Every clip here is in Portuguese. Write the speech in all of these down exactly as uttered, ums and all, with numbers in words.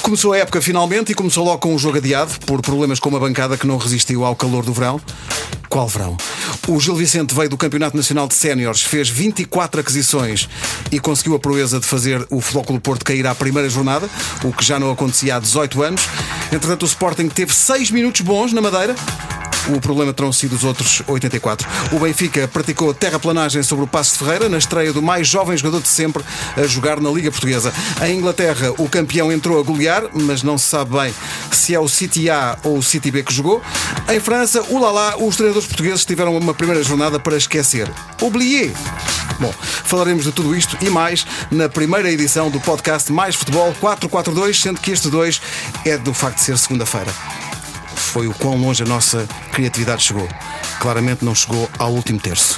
Começou a época finalmente e começou logo com um jogo adiado por problemas com uma bancada que não resistiu ao calor do verão. Qual verão? O Gil Vicente veio do Campeonato Nacional de Séniores, fez vinte e quatro aquisições e conseguiu a proeza de fazer o Futebol Clube do Porto cair à primeira jornada, o que já não acontecia há dezoito anos. Entretanto, o Sporting teve seis minutos bons na Madeira. O problema terão sido os outros oitenta e quatro. O Benfica praticou terraplanagem sobre o Paços de Ferreira na estreia do mais jovem jogador de sempre a jogar na Liga Portuguesa. Em Inglaterra, o campeão entrou a golear, mas não se sabe bem se é o City A ou o City B que jogou. Em França, ulalá, os treinadores portugueses tiveram uma primeira jornada para esquecer. Oublié! Bom, falaremos de tudo isto e mais na primeira edição do podcast Mais Futebol quatrocentos e quarenta e dois, sendo que este dois é do facto de ser segunda-feira. Foi o quão longe a nossa criatividade chegou. Claramente não chegou ao último terço.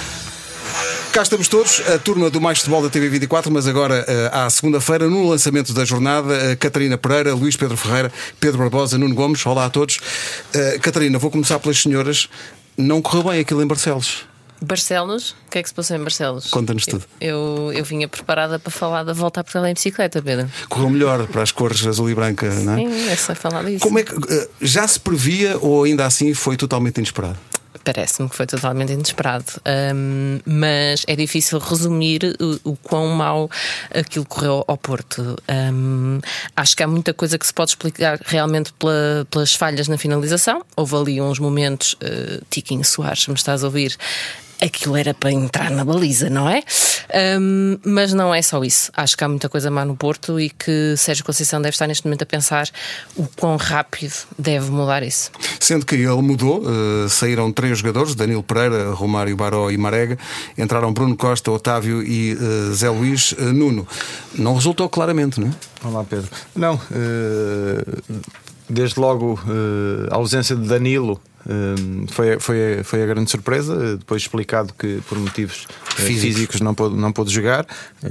Cá estamos todos, a turma do Mais Futebol da T V vinte e quatro, mas agora à segunda-feira, no lançamento da jornada, Catarina Pereira, Luís Pedro Ferreira, Pedro Barbosa, Nuno Gomes. Olá a todos. Uh, Catarina, vou começar pelas senhoras. Não correu bem aquilo em Barcelos. Barcelos? O que é que se passou em Barcelos? Conta-nos tudo. Eu, eu, eu vinha preparada para falar da volta a Portugal em bicicleta, Pedro. Correu melhor para as cores azul e branca, não é? Sim, é só falar disso. Como é que, uh, já se previa ou ainda assim foi totalmente inesperado? Parece-me que foi totalmente inesperado, um, mas é difícil resumir o, o quão mal aquilo correu ao Porto. Um, acho que há muita coisa que se pode explicar realmente pela, pelas falhas na finalização. Houve ali uns momentos, uh, Tiquinho Soares, me estás a ouvir? Aquilo era para entrar na baliza, não é? Um, mas não é só isso. Acho que há muita coisa má no Porto e que Sérgio Conceição deve estar neste momento a pensar o quão rápido deve mudar isso. Sendo que ele mudou, uh, saíram três jogadores, Danilo Pereira, Romário Baró e Marega, entraram Bruno Costa, Otávio e uh, Zé Luís. uh, Nuno, não resultou claramente, não é? Olá, Pedro. Não, uh, desde logo uh, a ausência de Danilo Uh, foi, foi, foi a grande surpresa, uh, depois explicado que por motivos uh, físicos. físicos não pôde, não pôde jogar.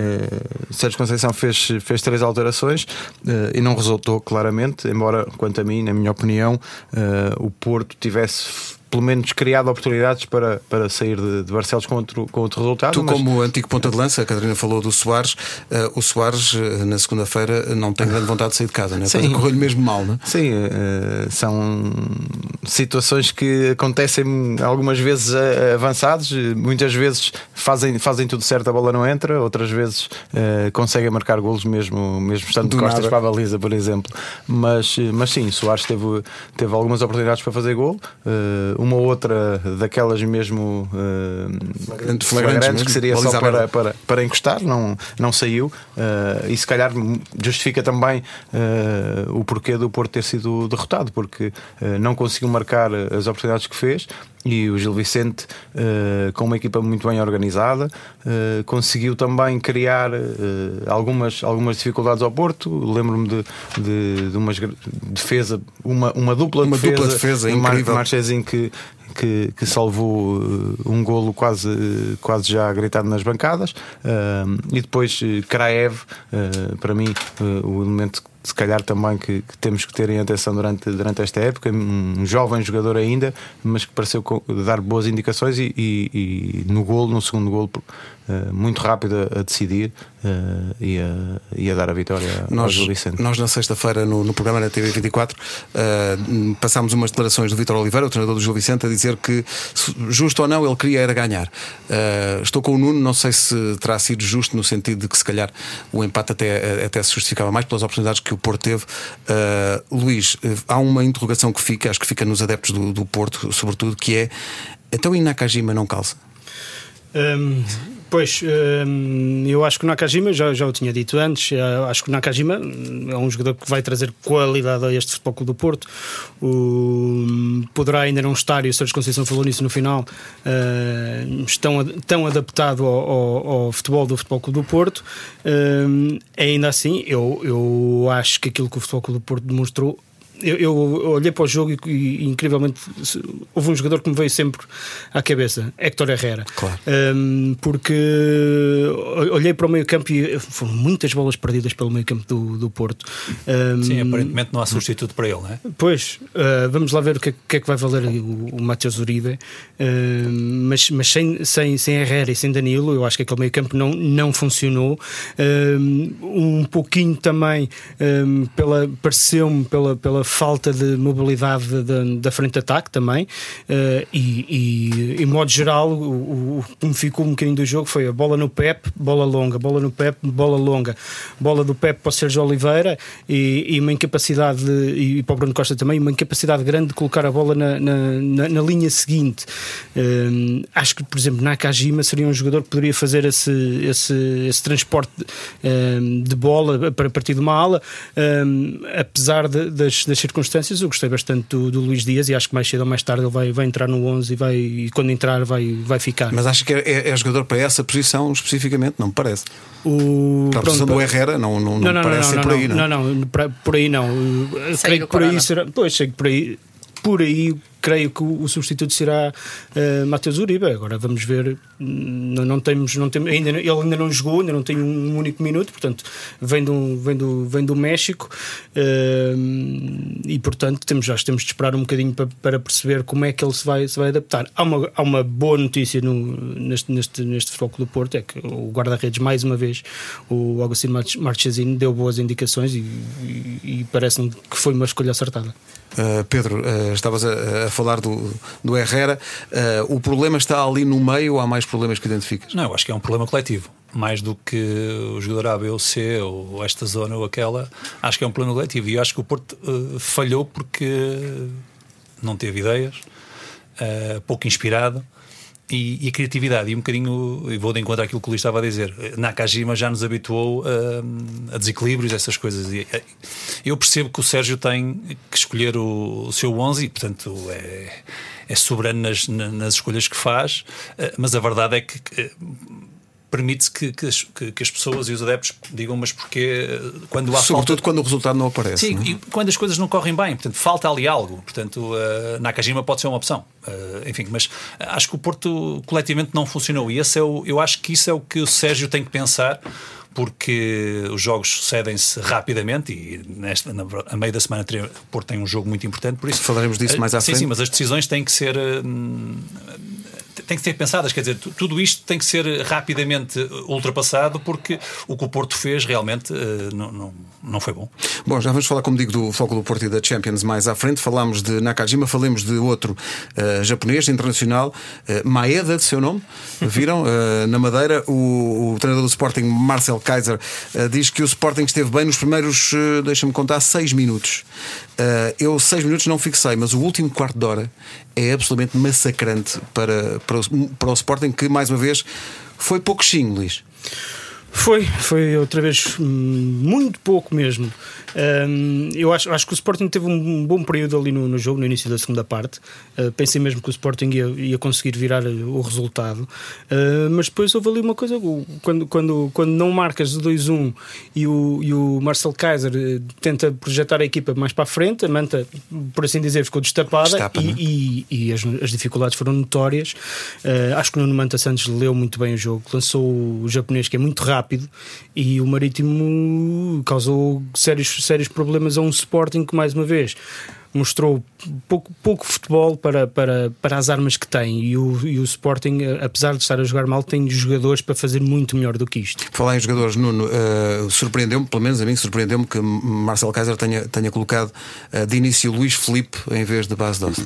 uh, Sérgio Conceição fez, fez três alterações uh, e não resultou claramente, embora, quanto a mim, na minha opinião, uh, o Porto tivesse pelo menos criado oportunidades para, para sair de, de Barcelos com outro, com outro resultado. Tu, mas... como antigo ponta de lança, a Catarina falou do Soares. uh, O Soares, uh, na segunda-feira, não tem grande vontade de sair de casa, não é? Sim. Correu-lhe mesmo mal, não é? Sim, uh, são situações que acontecem algumas vezes uh, avançados. Muitas vezes fazem, fazem tudo certo, a bola não entra. Outras vezes uh, conseguem marcar golos mesmo, mesmo estando de costas para a baliza, por exemplo. Mas, mas sim, Soares teve, teve algumas oportunidades para fazer golo. uh, Uma ou outra daquelas mesmo uh, flagrantes, flagrantes mesmo, que seria só para, para, para encostar, não, não saiu. Uh, e se calhar justifica também uh, o porquê do Porto ter sido derrotado, porque uh, não conseguiu marcar as oportunidades que fez. E o Gil Vicente, uh, com uma equipa muito bem organizada, uh, conseguiu também criar uh, algumas, algumas dificuldades ao Porto. Lembro-me de, de, de uma defesa, uma, uma dupla uma defesa, dupla defesa incrível. Marchesin que Que, que salvou uh, um golo quase, uh, quase já gritado nas bancadas. Uh, e depois uh, Kraev, uh, para mim, uh, o elemento se calhar também que, que temos que ter em atenção durante, durante esta época, um jovem jogador ainda, mas que pareceu dar boas indicações e, e, e no golo, no segundo golo, uh, muito rápido a, a decidir uh, e, a, e a dar a vitória nós, ao Gil Vicente. Nós na sexta-feira no, no programa da T V vinte e quatro uh, passámos umas declarações do Vítor Oliveira, o treinador do Gil Vicente, a dizer que, justo ou não, ele queria era ganhar. uh, Estou com o Nuno, não sei se terá sido justo no sentido de que se calhar o empate até, até se justificava mais pelas oportunidades que o Porto teve. uh, Luís, uh, há uma interrogação que fica, acho que fica nos adeptos do, do Porto, sobretudo, que é: então o Nakajima não calça? Um, pois, um, eu acho que o Nakajima, já, já o tinha dito antes, acho que o Nakajima é um jogador que vai trazer qualidade a este Futebol Clube do Porto. O, poderá ainda não estar, e o Sérgio Conceição falou nisso no final, uh, estão, tão adaptado ao, ao, ao futebol do Futebol Clube do Porto. Um, ainda assim, eu, eu acho que aquilo que o Futebol Clube do Porto demonstrou eu, eu olhei para o jogo e, e incrivelmente houve um jogador que me veio sempre à cabeça, Héctor Herrera. Claro. Um, porque olhei para o meio campo e foram muitas bolas perdidas pelo meio campo do, do Porto. Um, Sim, aparentemente não há substituto para ele, não é? Pois, uh, vamos lá ver o que, que é que vai valer o, o Matheus Uribe, uh, mas, mas sem, sem, sem Herrera e sem Danilo, eu acho que aquele meio campo não, não funcionou. Um, um pouquinho também um, pela, pareceu-me pela, pela falta de mobilidade da, da frente de ataque também, uh, e, e em modo geral o, o que me ficou um bocadinho do jogo foi a bola no Pep, bola longa, bola no Pep, bola longa, bola do Pep para o Sérgio Oliveira e, e uma incapacidade de, e para o Bruno Costa também, uma incapacidade grande de colocar a bola na, na, na, na linha seguinte. Um, acho que, por exemplo, Nakajima seria um jogador que poderia fazer esse, esse, esse transporte um, de bola para partir de uma ala. Um, apesar de, das, das circunstâncias, eu gostei bastante do, do Luís Dias e acho que mais cedo ou mais tarde ele vai, vai entrar no onze e, vai, e quando entrar vai, vai ficar. Mas acho que é, é, é jogador para essa posição especificamente, não me parece. O... Para a posição do Herrera não, não, não, não, não parece não, ser não, por aí, não? Não, não, não, por aí não. Creio que por aí será. Pois, sei que por aí. Por aí creio que o, o substituto será uh, Matheus Uribe. Agora vamos ver. Não, não temos, não temos, ainda, ele ainda não jogou, ainda não tem um único minuto, portanto, vem do, vem do, vem do México uh, e, portanto, temos, já temos de esperar um bocadinho para, para perceber como é que ele se vai, se vai adaptar. Há uma, há uma boa notícia no, neste, neste, neste Futebol Clube do Porto: é que o guarda-redes, mais uma vez, o Agostinho Marchesini, deu boas indicações e, e, e parece-me que foi uma escolha acertada. Uh, Pedro, uh, estavas a, a falar do, do Herrera. Uh, o problema está ali no meio ou há mais problemas que identificas? Não, eu acho que é um problema coletivo. Mais do que o jogador A, B ou C, ou esta zona ou aquela, acho que é um problema coletivo. E eu acho que o Porto uh, falhou porque não teve ideias, uh, pouco inspirado. E, e a criatividade, e um bocadinho, e vou de encontro àquilo que o Luís estava a dizer, Nakajima já nos habituou a, a desequilíbrios, essas coisas. E eu percebo que o Sérgio tem que escolher o, o seu onze e, portanto, é, é soberano nas, nas escolhas que faz, mas a verdade é que permite-se que, que, as, que, que as pessoas e os adeptos digam, mas porque quando há sobretudo falta... quando o resultado não aparece. Sim, não é? E quando as coisas não correm bem, portanto, falta ali algo. Portanto, uh, Nakajima pode ser uma opção. Uh, enfim, mas acho que o Porto coletivamente não funcionou. E esse é o, eu acho que isso é o que o Sérgio tem que pensar, porque os jogos sucedem-se rapidamente e nesta, na, a meio da semana o Porto tem um jogo muito importante. Por isso falaremos disso mais à sim, frente. Sim, mas as decisões têm que ser... Uh, tem que ser pensadas, quer dizer, tudo isto tem que ser rapidamente ultrapassado, porque o que o Porto fez realmente uh, não, não, não foi bom. Bom, já vamos falar, como digo, do Foco do Porto e da Champions mais à frente. Falámos de Nakajima, falemos de outro uh, japonês, internacional, uh, Maeda, de seu nome. Viram? Uh, na Madeira, o, o treinador do Sporting, Marcel Kaiser, uh, diz que o Sporting esteve bem nos primeiros, uh, deixa-me contar, seis minutos. Uh, eu seis minutos não fixei, mas o último quarto de hora é absolutamente massacrante para, para, o, para o Sporting, que mais uma vez foi pouquinho, Luís. Foi, foi outra vez muito pouco mesmo. Um, eu acho, acho que o Sporting teve um bom período ali no, no jogo, no início da segunda parte. Uh, pensei mesmo que o Sporting ia, ia conseguir virar o resultado, uh, mas depois houve ali uma coisa: quando, quando, quando não marcas o dois a um e o, e o Marcel Kaiser tenta projetar a equipa mais para a frente, a manta, por assim dizer, ficou destapada. Estapa, e, e, e as, as dificuldades foram notórias. Uh, acho que o Nuno Manta Santos leu muito bem o jogo, lançou o japonês, que é muito rápido, e o Marítimo causou sérios sérios problemas a um Sporting que, mais uma vez, mostrou pouco, pouco futebol para, para, para as armas que tem, e o, e o Sporting, apesar de estar a jogar mal, tem jogadores para fazer muito melhor do que isto. Falar em jogadores, Nuno, uh, surpreendeu-me, pelo menos a mim surpreendeu-me que Marcel Kaiser tenha, tenha colocado uh, de início Luís Filipe em vez de Bas Dost.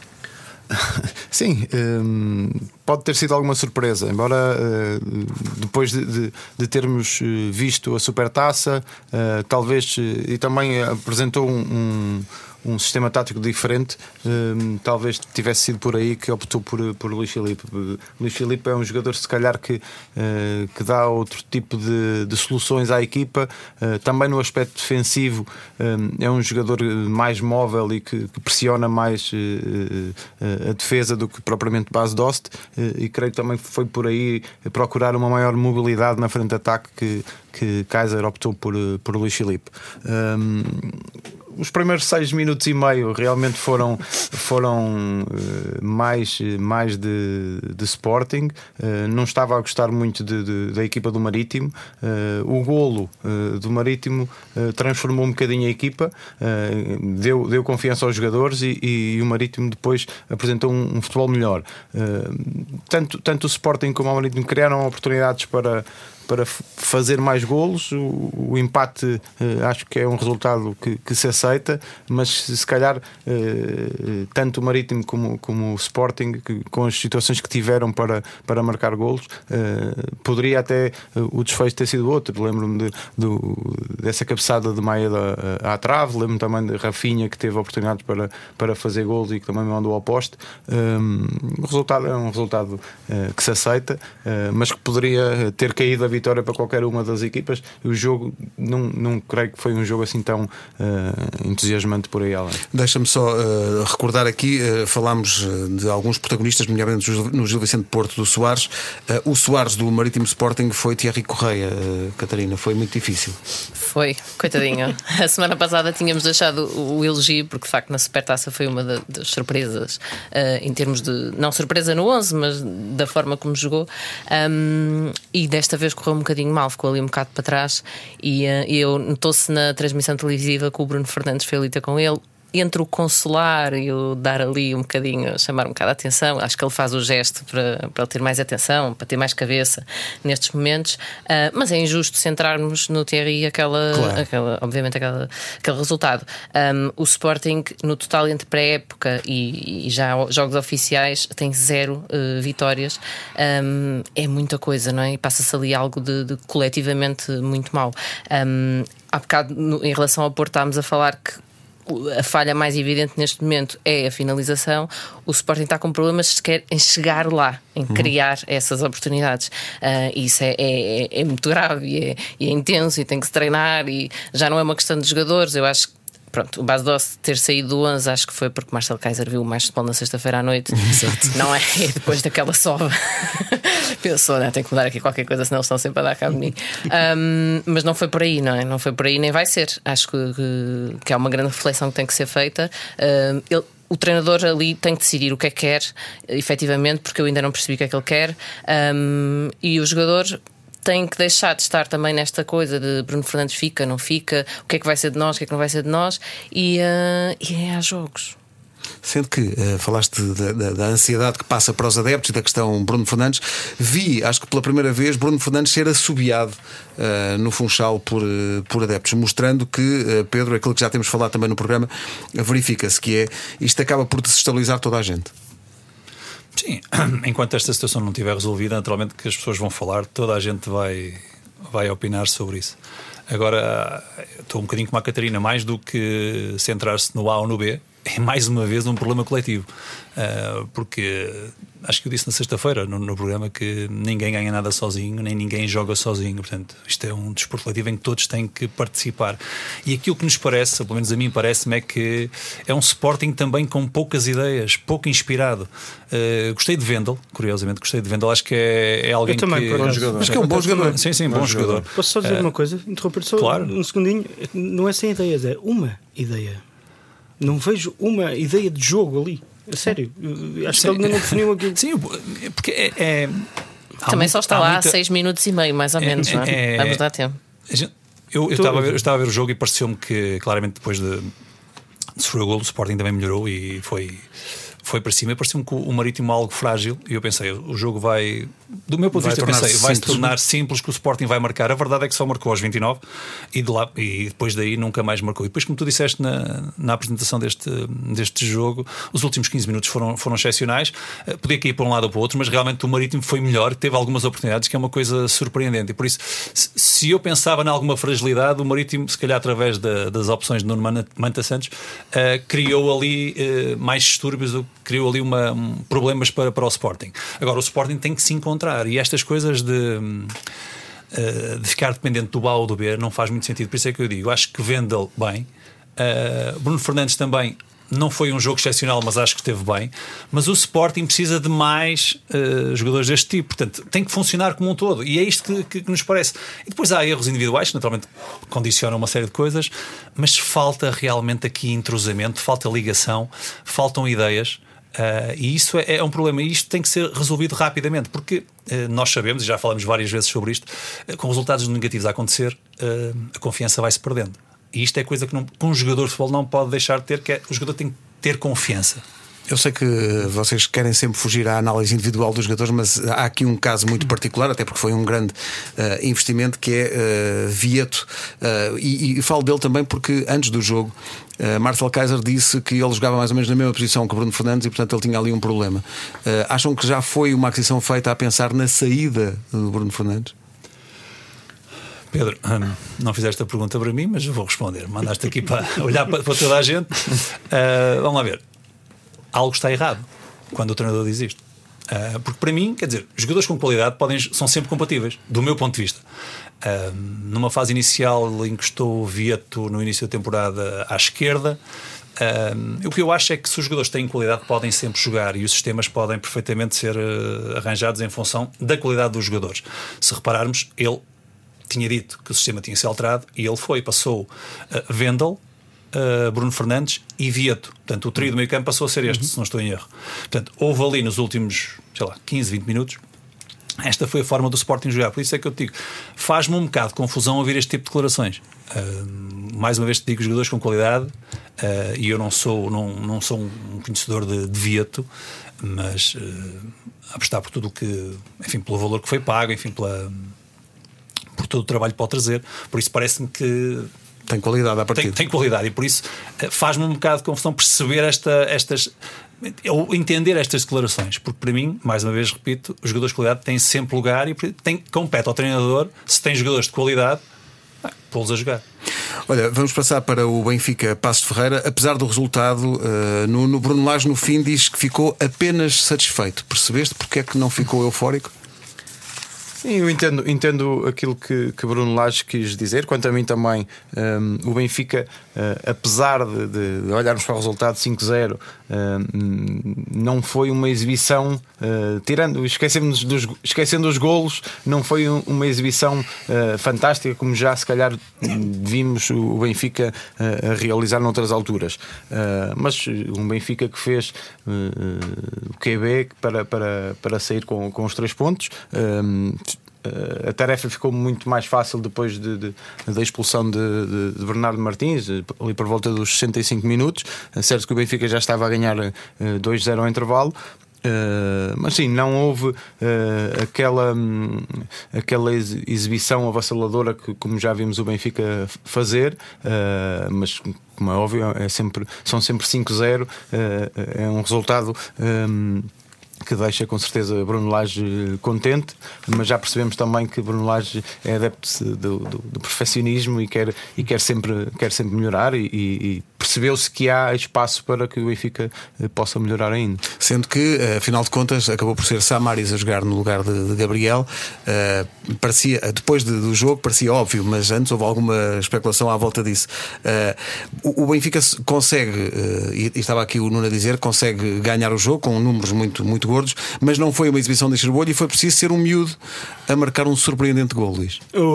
Sim, um, pode ter sido alguma surpresa, embora uh, depois de, de, de termos visto a Supertaça, uh, talvez, uh, e também apresentou um, um um sistema tático diferente, um, talvez tivesse sido por aí que optou por, por Luís Filipe. Luís Filipe é um jogador, se calhar, que, uh, que dá outro tipo de, de soluções à equipa, uh, também no aspecto defensivo. Um, é um jogador mais móvel e que, que pressiona mais uh, uh, a defesa do que propriamente Bas Dost, uh, e creio que também foi por aí procurar uma maior mobilidade na frente de ataque que, que Kaiser optou por, por Luís Filipe. Um, os primeiros seis minutos e meio realmente foram, foram uh, mais, mais de, de Sporting. Uh, não estava a gostar muito de, de, da equipa do Marítimo. Uh, o golo uh, do Marítimo uh, transformou um bocadinho a equipa, uh, deu, deu confiança aos jogadores e, e o Marítimo depois apresentou um, um futebol melhor. Uh, tanto, tanto o Sporting como o Marítimo criaram oportunidades para para fazer mais golos. O, o empate eh, acho que é um resultado que, que se aceita, mas se calhar eh, tanto o Marítimo como, como o Sporting, que, com as situações que tiveram para, para marcar golos, eh, poderia até eh, o desfecho ter sido outro. Lembro-me de, do, dessa cabeçada de Maia à trave, lembro-me também de Rafinha, que teve oportunidades para, para fazer golos e que também me mandou ao poste. Um, o resultado é um resultado uh, que se aceita, uh, mas que poderia ter caído a vitória para qualquer uma das equipas. O jogo, não, não creio que foi um jogo assim tão uh, entusiasmante por aí além. Deixa-me só uh, recordar aqui, uh, falámos de alguns protagonistas, nomeadamente no Gil Vicente Porto do Soares. Uh, o Soares do Marítimo Sporting foi Thierry Correia, uh, Catarina, foi muito difícil. Foi, coitadinho. A semana passada tínhamos deixado o, o elogio, porque de facto na Supertaça foi uma da, das surpresas, uh, em termos de, não surpresa no onze, mas da forma como jogou, um, e desta vez correu um bocadinho mal, ficou ali um bocado para trás. E uh, eu notou-se na transmissão televisiva que o Bruno Fernandes foi ali ter com ele. Entre o consolar e o dar ali um bocadinho, chamar um bocado a atenção, acho que ele faz o gesto para, para ele ter mais atenção, para ter mais cabeça nestes momentos, uh, mas é injusto centrarmos no Thierry aquela, claro. aquela, obviamente aquela, aquele resultado. Um, o Sporting, no total entre pré-época e, e já jogos oficiais, tem zero uh, vitórias. Um, é muita coisa, não é? E passa-se ali algo de, de coletivamente muito mau. Um, há bocado, no, em relação ao Porto, estávamos a falar que a falha mais evidente neste momento é a finalização. O Sporting está com problemas sequer em chegar lá, em criar uhum. essas oportunidades. Uh, isso é, é, é muito grave e é, e é intenso e tem que se treinar, e já não é uma questão de jogadores. Eu acho que pronto, o Bas Dost ter saído do onze, acho que foi porque Marcelo Kaiser viu mais futebol na sexta-feira à noite. Exato. Não é? E depois daquela sova pensou, né? Tenho que mudar aqui qualquer coisa, senão eles estão sempre a dar cabo de mim. Um, mas não foi por aí, não é? Não foi por aí, nem vai ser. Acho que, que, que é uma grande reflexão que tem que ser feita. Um, ele O treinador ali tem que decidir o que é que quer, efetivamente, porque eu ainda não percebi o que é que ele quer. Um, e o jogador tem que deixar de estar também nesta coisa de Bruno Fernandes fica, não fica, o que é que vai ser de nós, o que é que não vai ser de nós, e, uh, e é a jogos. Sendo que uh, falaste da, da, da ansiedade que passa para os adeptos e da questão Bruno Fernandes, vi, acho que pela primeira vez, Bruno Fernandes ser assobiado uh, no Funchal por, uh, por adeptos, mostrando que, uh, Pedro, aquilo que já temos falado também no programa, verifica-se que é, isto acaba por desestabilizar toda a gente. Sim, enquanto esta situação não estiver resolvida, naturalmente que as pessoas vão falar, toda a gente vai, vai opinar sobre isso. Agora, estou um bocadinho como a Catarina, mais do que centrar-se no A ou no B, é mais uma vez um problema coletivo. Uh, porque acho que eu disse na sexta-feira no, no programa que ninguém ganha nada sozinho, nem ninguém joga sozinho. Portanto, isto é um desporto coletivo em que todos têm que participar. E aquilo que nos parece, ou pelo menos a mim parece-me, é que é um Sporting também com poucas ideias, pouco inspirado. Uh, gostei de Vendel, curiosamente, gostei de Vendel. Acho que é, é alguém eu também, que. Bom jogador. Acho que é um bom jogador. Sim, sim, bom, bom jogador. jogador. Posso só dizer uh, uma coisa? Interromper só claro. um segundinho. Não é sem ideias, é uma ideia. Não vejo uma ideia de jogo ali. A sério. Acho Sim. que ele ainda não definiu aquilo. Sim, porque é. é Também há só está há lá muita... há seis minutos e meio, mais ou menos. É, não é? É, Vamos dar tempo. Eu, eu, estava a ver, eu estava a ver o jogo e pareceu-me que, claramente, depois de, de sofrer o golo, o Sporting também melhorou e foi. Foi para cima, parecia-me que o Marítimo algo frágil. E eu pensei, o jogo vai, do meu ponto de vista, eu pensei, vai se tornar simples, que o Sporting vai marcar. A verdade é que só marcou aos vinte e nove e, de lá, e depois daí nunca mais marcou. E depois, como tu disseste na, na apresentação deste, deste jogo, os últimos quinze minutos foram, foram excepcionais. Podia cair para um lado ou para o outro, mas realmente o Marítimo foi melhor, teve algumas oportunidades, que é uma coisa surpreendente. E por isso, se eu pensava em alguma fragilidade, o Marítimo, se calhar através da, das opções de Nuno Manta Santos, uh, criou ali uh, mais distúrbios do criou ali uma, um, problemas para, para o Sporting. Agora, o Sporting tem que se encontrar, e estas coisas de, uh, de ficar dependente do A ou do B não faz muito sentido. Por isso é que eu digo, acho que Vendel bem, uh, Bruno Fernandes também não foi um jogo excepcional, mas acho que esteve bem. Mas o Sporting precisa de mais uh, jogadores deste tipo, portanto tem que funcionar como um todo, e é isto que, que, que nos parece. E depois há erros individuais que naturalmente condicionam uma série de coisas, mas falta realmente aqui entrosamento, falta ligação, faltam ideias. Uh, e isso é, é um problema, e isto tem que ser resolvido rapidamente, porque uh, nós sabemos, e já falamos várias vezes sobre isto, uh, com resultados negativos a acontecer, uh, a confiança vai-se perdendo. E isto é coisa que, não, que um jogador de futebol não pode deixar de ter, que é, o jogador tem que ter confiança. Eu sei que vocês querem sempre fugir à análise individual dos jogadores, mas há aqui um caso muito particular, até porque foi um grande uh, investimento, que é uh, Vieto, uh, e, e falo dele também porque antes do jogo Uh, Marcel Kaiser disse que ele jogava mais ou menos na mesma posição que o Bruno Fernandes e portanto ele tinha ali um problema. Uh, acham que já foi uma aquisição feita a pensar na saída do Bruno Fernandes? Pedro, hum, não fizeste a pergunta para mim, mas eu vou responder. Mandaste aqui para olhar para, para toda a gente. Uh, vamos lá ver. Algo está errado quando o treinador diz isto. Uh, porque para mim, quer dizer, jogadores com qualidade podem, são sempre compatíveis, do meu ponto de vista. Uh, numa fase inicial encostou o Vieto no início da temporada à esquerda. Uh, o que eu acho é que se os jogadores têm qualidade podem sempre jogar, e os sistemas podem perfeitamente ser uh, arranjados em função da qualidade dos jogadores. Se repararmos, ele tinha dito que o sistema tinha sido alterado e ele foi, passou uh, Vendel, Uh, Bruno Fernandes e Vieto. Portanto, o trio do meio campo passou a ser este, uhum. se não estou em erro. Portanto, houve ali nos últimos, sei lá, quinze, vinte minutos, esta foi a forma do Sporting jogar. Por isso é que eu te digo, faz-me um bocado de confusão ouvir este tipo de declarações. Uh, mais uma vez te digo, jogadores com qualidade, uh, e eu não sou, não, não sou um conhecedor de, de Vieto, mas uh, apostar por tudo o que, enfim, pelo valor que foi pago, enfim, pela, por todo o trabalho que pode trazer. Por isso parece-me que tem qualidade a partir. Tem, tem qualidade, e por isso faz-me um bocado de confusão perceber esta, estas, ou entender estas declarações, porque para mim, mais uma vez repito, os jogadores de qualidade têm sempre lugar e tem, compete ao treinador, se tem jogadores de qualidade, pô-los a jogar. Olha, vamos passar para o Benfica Paços de Ferreira. Apesar do resultado, uh, no, no Bruno Lage no fim diz que ficou apenas satisfeito. Percebeste porque é que não ficou eufórico? Sim, eu entendo, entendo aquilo que, que Bruno Lage quis dizer. Quanto a mim também, um, o Benfica, uh, apesar de, de, de olharmos para o resultado cinco zero, uh, não foi uma exibição, uh, tirando, esquecendo dos, esquecendo os golos, não foi um, uma exibição uh, fantástica, como já se calhar vimos o Benfica uh, a realizar noutras alturas. Uh, mas um Benfica que fez uh, o Q B para, para, para sair com, com os três pontos. Um, a tarefa ficou muito mais fácil depois de, de, da expulsão de, de, de Bernardo Martins, ali por volta dos sessenta e cinco minutos. Certo que o Benfica já estava a ganhar dois zero ao intervalo. Uh, mas sim, não houve uh, aquela, um, aquela exibição avassaladora que, como já vimos o Benfica fazer, uh, mas como é óbvio, é sempre, são sempre cinco zero, uh, é um resultado um, que deixa com certeza Bruno Lage contente, mas já percebemos também que Bruno Lage é adepto do, do, do perfeccionismo e quer, e quer, sempre, quer sempre melhorar, e, e percebeu-se que há espaço para que o Benfica possa melhorar ainda. Sendo que, afinal de contas, acabou por ser Samaris a jogar no lugar de, de Gabriel. Uh, parecia, depois de, do jogo parecia óbvio, mas antes houve alguma especulação à volta disso. Uh, o, o Benfica consegue, uh, e, e estava aqui o Nuno a dizer, consegue ganhar o jogo com números muito, muito gordos, mas não foi uma exibição de encher o olho e foi preciso ser um miúdo a marcar um surpreendente gol, Luís.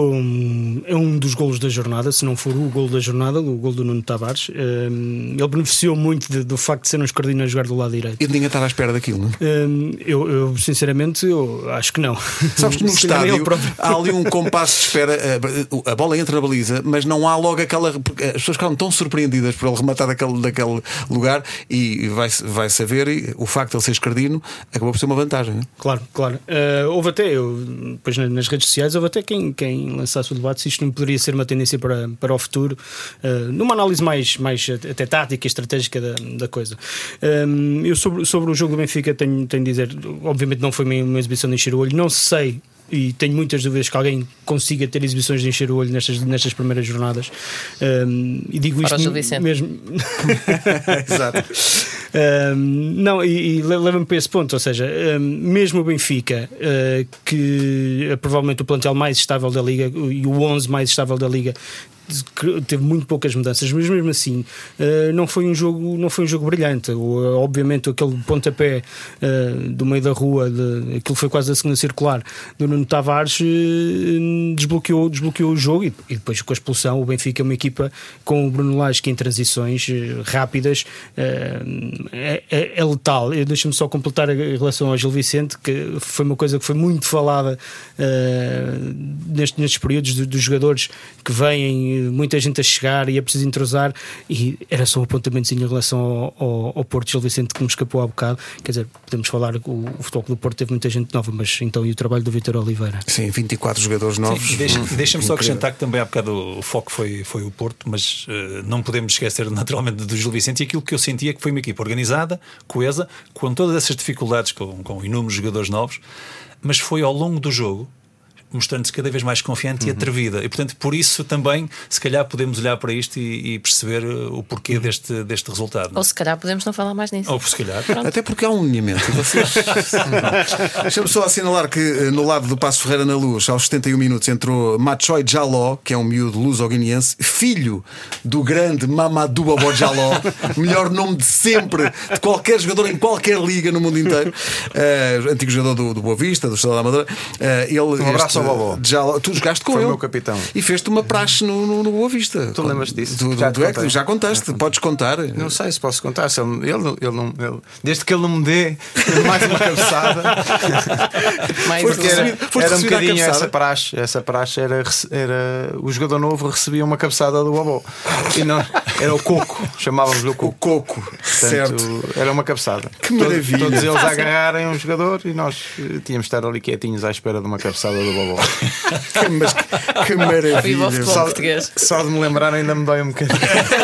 Um, é um dos golos da jornada, se não for o gol da jornada, o gol do Nuno Tavares. Um, ele beneficiou muito de, do facto de ser um escardinho a jogar do lado direito. E ninguém estava à espera daquilo, não é? Um, eu, eu, sinceramente, eu acho que não. Sabes que no estádio há ali um compasso de espera, a, a bola entra na baliza, mas não há logo aquela. As pessoas ficaram tão surpreendidas por ele rematar daquele, daquele lugar, e vai, vai saber, e o facto de ele ser escardino acabou por ser uma vantagem, não é? Claro, claro. Uh, houve até, eu, depois nas redes sociais, houve até quem, quem lançasse o debate se isto não poderia ser uma tendência para, para o futuro, uh, numa análise mais, mais até tática e estratégica da, da coisa. Um, eu sobre, sobre o jogo do Benfica tenho, tenho de dizer, obviamente não foi uma, uma exibição de encher o olho, não sei. E tenho muitas dúvidas que alguém consiga ter exibições de encher o olho nestas, nestas primeiras jornadas. Um, e digo Fora isto mesmo. Exato. Um, não, e, e leva-me para esse ponto. Ou seja, um, mesmo o Benfica, uh, que é provavelmente o plantel mais estável da Liga e o onze mais estável da Liga, teve muito poucas mudanças, mas mesmo assim uh, não foi um jogo, não foi um jogo brilhante. Uh, obviamente aquele pontapé uh, do meio da rua, de, aquilo foi quase a segunda circular do Nuno Tavares, uh, desbloqueou, desbloqueou o jogo, e, e depois com a expulsão o Benfica é uma equipa com o Bruno Lage que em transições uh, rápidas uh, é, é, é letal. Deixa-me só completar em relação ao Gil Vicente, que foi uma coisa que foi muito falada uh, nestes, nestes períodos dos do jogadores que vêm, muita gente a chegar e é preciso entrosar, e era só um apontamentos em relação ao, ao, ao Porto. Gil Vicente que me escapou há bocado, quer dizer, podemos falar que o, o futebol do Porto teve muita gente nova, mas então e o trabalho do Vítor Oliveira? Sim, vinte e quatro jogadores novos. Sim, deixa, deixa-me só acrescentar que também há bocado o foco foi, foi o Porto, mas uh, não podemos esquecer naturalmente do Gil Vicente, e aquilo que eu sentia que foi uma equipa organizada, coesa, com todas essas dificuldades, com, com inúmeros jogadores novos, mas foi ao longo do jogo mostrando-se cada vez mais confiante uhum. e atrevida, e portanto por isso também se calhar podemos olhar para isto e, e perceber o porquê deste, deste resultado, não? Ou se calhar podemos não falar mais nisso, ou se calhar até porque há um alinhamento. Vocês... Deixa-me só assinalar que no lado do Passos Ferreira na Luz, aos setenta e um minutos, entrou Machoy Jaló, que é um miúdo luso-guineense, filho do grande Mamadou Bobo Jaló, melhor nome de sempre de qualquer jogador em qualquer liga no mundo inteiro, uh, antigo jogador do, do Boa Vista, do Estado da Amadora. uh, ele, um abraço este, ao Bobo. Jaló, tu jogaste com Foi ele, o meu capitão, e fez-te uma praxe no, no, no Boa Vista. Tu lembras disso? Do, do, já, do Hector, já contaste, já podes contar. Não sei se posso contar. Se ele, ele, ele não, ele, desde que ele não me dê mais uma cabeçada, mais porque era, era um bocadinho essa praxe. praxe. Essa praxe era, era o jogador novo recebia uma cabeçada do Bobo, e não, era o Coco, chamávamos-lhe o Coco. O Coco, Portanto, certo. Era uma cabeçada. Que maravilha. Todos eles a agarrarem um jogador e nós tínhamos de estar ali quietinhos à espera de uma cabeçada do Bobo. Mas que, que maravilha. Só, só de me lembrar ainda me dói um bocadinho.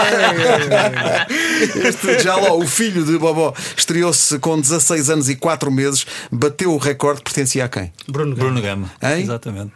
Este Jaló, o filho de Bobó, estreou-se com dezasseis anos e quatro meses, bateu o recorde, pertencia a quem? Bruno Gama. Bruno Gama. Hein? Exatamente.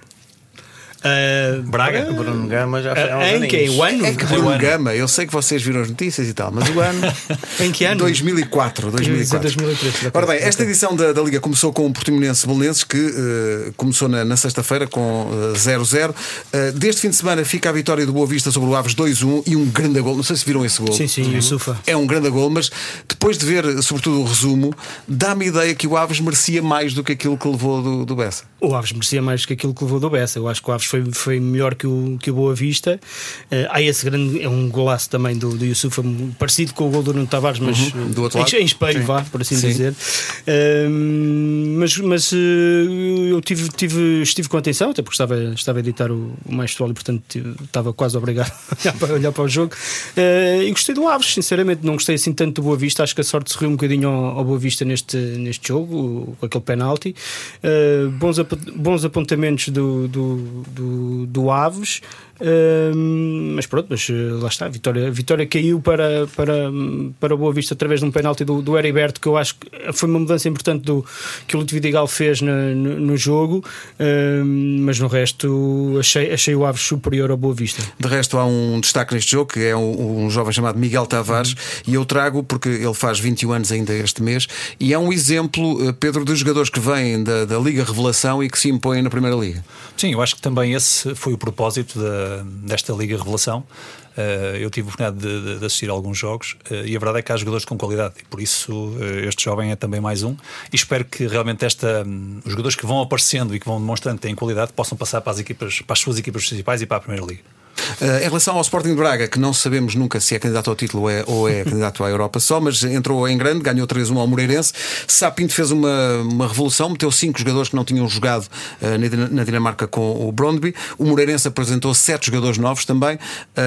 Uh, Braga. Bruno Gama já foi há uns em aninhos. que? O ano? É que Bruno Gama, eu sei que vocês viram as notícias e tal, mas o ano. Em que ano? dois mil e quatro. dois mil e quatro. dois mil e três. Ora bem, esta edição da, da Liga começou com o Portimonense Belenenses, que uh, começou na, na sexta-feira com zero a zero. Uh, deste fim de semana fica a vitória do Boa Vista sobre o Aves dois a um e um grande gol. Não sei se viram esse gol. Sim, sim, o Sufa. É um grande gol, mas depois de ver, sobretudo, o resumo, dá-me a ideia que o Aves merecia mais do que aquilo que levou do, do Bessa. O Aves merecia mais que aquilo que levou do Bessa. Eu acho que o Aves foi, foi melhor que o, que o Boa Vista. Uh, há esse grande, é um golaço também do, do Yusufa, parecido com o gol do Nuno Tavares, mas uhum, do outro lado. Em, em espelho, sim, vá, por assim sim. dizer. Uh, mas mas uh, eu tive, tive, estive com atenção, até porque estava, estava a editar o, o Mais Futebol e, portanto, tive, estava quase obrigado a olhar para, olhar para o jogo. Uh, e gostei do Aves, sinceramente. Não gostei assim tanto do Boa Vista. Acho que a sorte se riu um bocadinho ao, ao Boa Vista neste, neste jogo, com aquele penalti. Uh, bons, ap bons apontamentos do, do, do, do Aves. Uh, mas pronto, mas uh, lá está, a vitória, a vitória caiu para, para, para o Boa Vista através de um penalti do, do Heriberto, que eu acho que foi uma mudança importante do, que o Lúcio Vidigal fez no, no, no jogo, uh, mas no resto achei, achei o Aves superior ao Boa Vista. De resto, há um destaque neste jogo, que é um, um jovem chamado Miguel Tavares, uhum. e eu trago porque ele faz vinte e um anos ainda este mês, e é um exemplo, Pedro, dos jogadores que vêm da, da Liga Revelação e que se impõem na Primeira Liga. Sim, eu acho que também esse foi o propósito da, desta Liga Revelação. Uh, eu tive a oportunidade de, de, de assistir a alguns jogos, uh, e a verdade é que há jogadores com qualidade, e por isso uh, este jovem é também mais um, e espero que realmente esta, um, os jogadores que vão aparecendo e que vão demonstrando que têm qualidade possam passar para as, equipas, para as suas equipas principais e para a Primeira Liga. Uh, em relação ao Sporting de Braga, que não sabemos nunca se é candidato ao título ou é, ou é candidato à Europa só, mas entrou em grande, ganhou três a um ao Moreirense. Sá Pinto fez uma, uma revolução, meteu cinco jogadores que não tinham jogado uh, na Dinamarca com o Brondby. O Moreirense apresentou sete jogadores novos também, uh,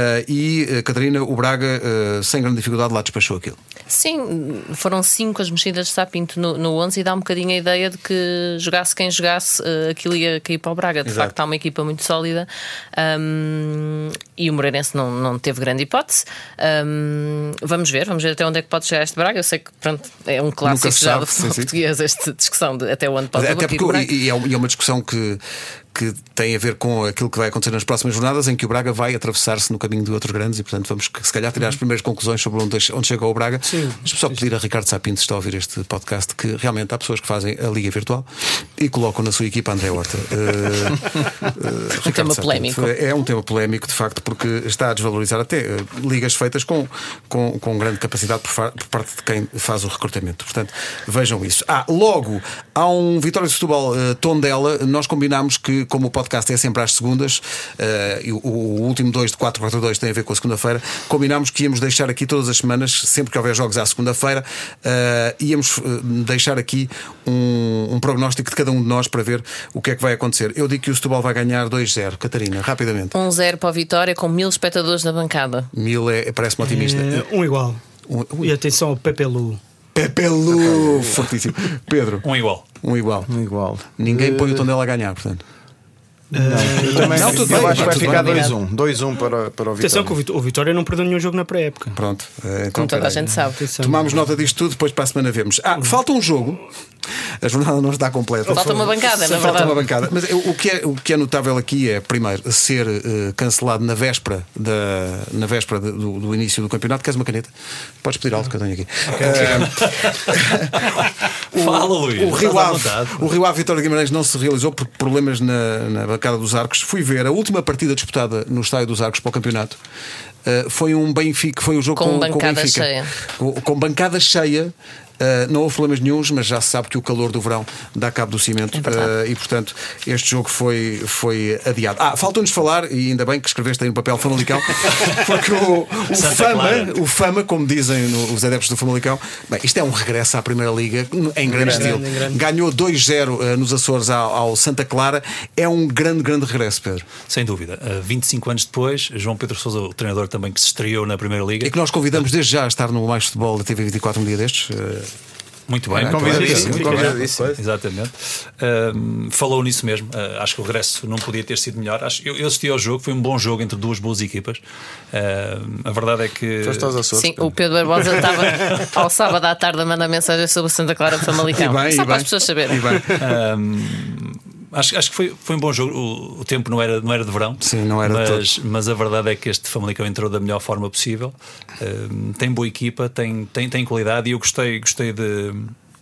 e uh, Catarina, o Braga, uh, sem grande dificuldade, lá despachou aquilo. Sim, foram cinco as mexidas de Sá Pinto no, no onze, e dá um bocadinho a ideia de que jogasse quem jogasse, uh, aquilo ia cair para o Braga. De Exato. facto, há uma equipa muito sólida. Um, E o Moreirense não, não teve grande hipótese. Um, vamos ver, vamos ver até onde é que pode chegar este Braga. Eu sei que pronto, é um clássico já do futebol português, esta discussão de até onde pode até bater porque, o Braga. E é uma discussão que, que tem a ver com aquilo que vai acontecer nas próximas jornadas, em que o Braga vai atravessar-se no caminho de outros grandes, e portanto vamos se calhar tirar as primeiras conclusões sobre onde, onde chegou o Braga. Sim. Mas só pedir a Ricardo Sapinto, se está a ouvir este podcast, que realmente há pessoas que fazem a Liga Virtual e colocam na sua equipa André Horta. Uh, uh, um tema polémico. É um tema polémico, de facto, porque está a desvalorizar até uh, ligas feitas com, com, com grande capacidade por, por parte de quem faz o recrutamento. Portanto, vejam isso. Ah, logo, há um Vitória de Setúbal uh, Tondela. Nós combinámos que, como o podcast é sempre às segundas, uh, e o, o último dois de quatro quatro dois tem a ver com a segunda-feira, combinámos que íamos deixar aqui todas as semanas, sempre que houver jogos à segunda-feira, uh, íamos uh, deixar aqui um, um prognóstico de cada um de nós para ver o que é que vai acontecer. Eu digo que o Setúbal vai ganhar dois zero. Catarina, rapidamente. um zero para a Vitória, com mil espectadores na bancada. Mil é, parece-me otimista. É, um igual. Um, um, E atenção ao Pepe Lu. Pepe Lu, fortíssimo. Pedro, Um igual. um igual. Um igual. Ninguém põe o Tondela a ganhar, portanto. Eu também Não, tudo eu bem, acho que vai tudo ficar bem. dois um. dois um para, para o Atenção Vitória. que o Vitória não perdeu nenhum jogo na pré-época. Pronto. Uh, então, Como toda a peraí. gente sabe. Atenção. Tomámos nota disto tudo, depois para a semana vemos. Ah, falta um jogo. A jornada não está completa. Falta uma bancada, na Falta verdade. uma bancada. Mas o que é, o que é notável aqui é, primeiro, ser uh, cancelado na véspera, da, na véspera de- do, do início do campeonato. Queres uma caneta? Podes pedir algo que eu tenho aqui. Uh, Fala, Luís. o, Rio estás à Ave, vontade. o Rio Ave Vitória de Guimarães não se realizou por problemas na, na bancada dos Arcos. Fui ver a última partida disputada no estádio dos Arcos para o campeonato. Uh, foi um Benfica, foi um jogo Com com, bancada com Benfica. cheia. Com, com bancada cheia. Uh, não houve problemas nenhuns, mas já se sabe que o calor do verão dá cabo do cimento, É verdade. uh, e portanto este jogo foi, foi adiado. Ah, faltou-nos falar, e ainda bem que escreveste aí no papel Famalicão, porque o, o Santa Fama, Clara. o Fama, como dizem no- os adeptos do Famalicão, bem, isto é um regresso à Primeira Liga em grande estilo. em grande. Ganhou dois zero uh, nos Açores ao, ao Santa Clara. É um grande, grande regresso, Pedro. Sem dúvida. Uh, vinte e cinco anos depois, João Pedro Sousa, o treinador também que se estreou na Primeira Liga. E que nós convidamos desde já a estar no Mais Futebol da T V vinte e quatro um dia destes. Uh, Muito bem, Ah, convidadíssimo, Sim, convidadíssimo. sim, Exatamente. Um, falou nisso mesmo. Uh, acho que o regresso não podia ter sido melhor. Acho, eu, eu assisti ao jogo, foi um bom jogo entre duas boas equipas. Uh, a verdade é que. Foste aos Açores. Sim, o Pedro Barbosa estava ao sábado à tarde a mandar mensagem sobre Santa Clara de Famalicão. E bem, Só e para bem. as pessoas saberem. E bem. Um, acho, acho que foi, foi um bom jogo. O, o tempo não era, não era de verão. Sim, não era de mas, mas a verdade é que este Famalicão entrou da melhor forma possível. Um, tem boa equipa, tem, tem, tem qualidade, e eu gostei, gostei de.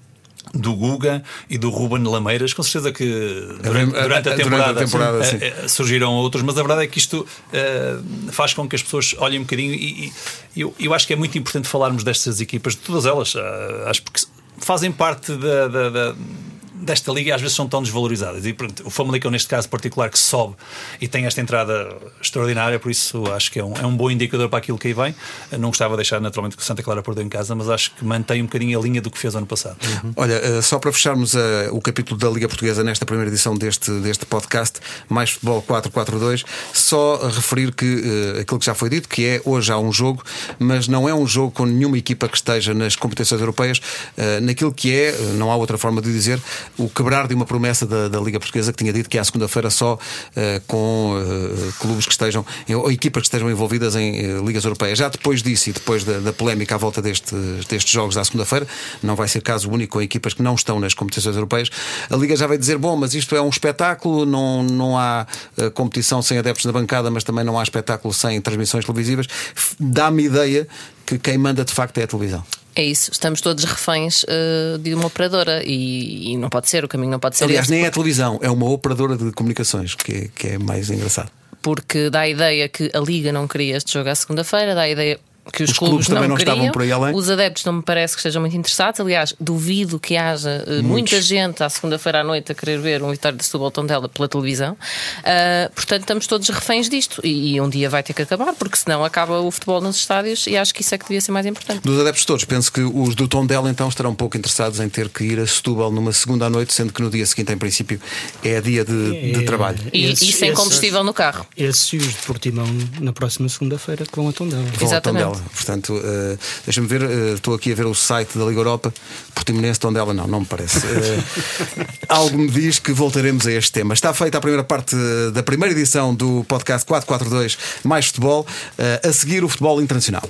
Do Guga e do Ruben Lameiras, com certeza que durante, a- durante a a- temporada, durante a temporada, eh, sim. eh, surgiram outros, mas a verdade é que isto eh, faz com que as pessoas olhem um bocadinho, e, e eu, eu acho que é muito importante falarmos destas equipas, de todas elas, ah, acho que fazem parte da, da, da desta liga, e às vezes são tão desvalorizadas, e pronto, o Famalicão neste caso particular que sobe e tem esta entrada extraordinária, por isso acho que é um, é um bom indicador para aquilo que aí vem. Não gostava de deixar naturalmente que o Santa Clara perdeu em casa, mas acho que mantém um bocadinho a linha do que fez ano passado. Olha, eh, só para fecharmos eh, o capítulo da Liga Portuguesa nesta primeira edição deste, deste podcast, Mais Futebol quatro quatro dois, só referir que eh, aquilo que já foi dito, que é hoje há um jogo, mas não é um jogo com nenhuma equipa que esteja nas competições europeias, eh, naquilo que é, eh, não há outra forma de dizer, o quebrar de uma promessa da, da Liga Portuguesa, que tinha dito que é à segunda-feira só eh, com eh, clubes que estejam, ou equipas que estejam envolvidas em eh, ligas europeias. Já depois disso e depois da, da polémica à volta deste, destes jogos à segunda-feira, não vai ser caso único com equipas que não estão nas competições europeias. A Liga já vai dizer, bom, mas isto é um espetáculo, não, não há eh, competição sem adeptos na bancada, mas também não há espetáculo sem transmissões televisivas. F- Dá-me ideia que quem manda de facto é a televisão. É isso, estamos todos reféns uh, de uma operadora, e, e não pode ser, o caminho não pode ser Aliás, esse, nem é a televisão, é uma operadora de comunicações, que é, que é mais engraçado. porque dá a ideia que a Liga não queria este jogo à segunda-feira, dá a ideia que os, Os clubes também não queriam, estavam por aí além. os adeptos não me parece que estejam muito interessados. Aliás, duvido que haja uh, muita gente à segunda-feira à noite a querer ver um Vitória de Setúbal Tondela pela televisão. Uh, portanto, estamos todos reféns disto, e, e um dia vai ter que acabar, porque senão acaba o futebol nos estádios, e acho que isso é que devia ser mais importante. Dos adeptos todos, penso que os do Tondela então estarão um pouco interessados em ter que ir a Setúbal numa segunda à noite, sendo que no dia seguinte, em princípio, é dia de, de É, trabalho. E, Esses- e sem esses- combustível no carro. Esses e os de Portimão na próxima segunda-feira que vão a Tondela. Vão ao Exatamente. Tondela. Portanto, uh, deixa-me ver, uh, estou aqui a ver o site da Liga Europa. Portimonense, Tondela, não, não me parece. Uh, algo me diz que voltaremos a este tema. Está feita a primeira parte uh, da primeira edição do podcast quatro quatro dois Mais Futebol. Uh, a seguir, o futebol internacional.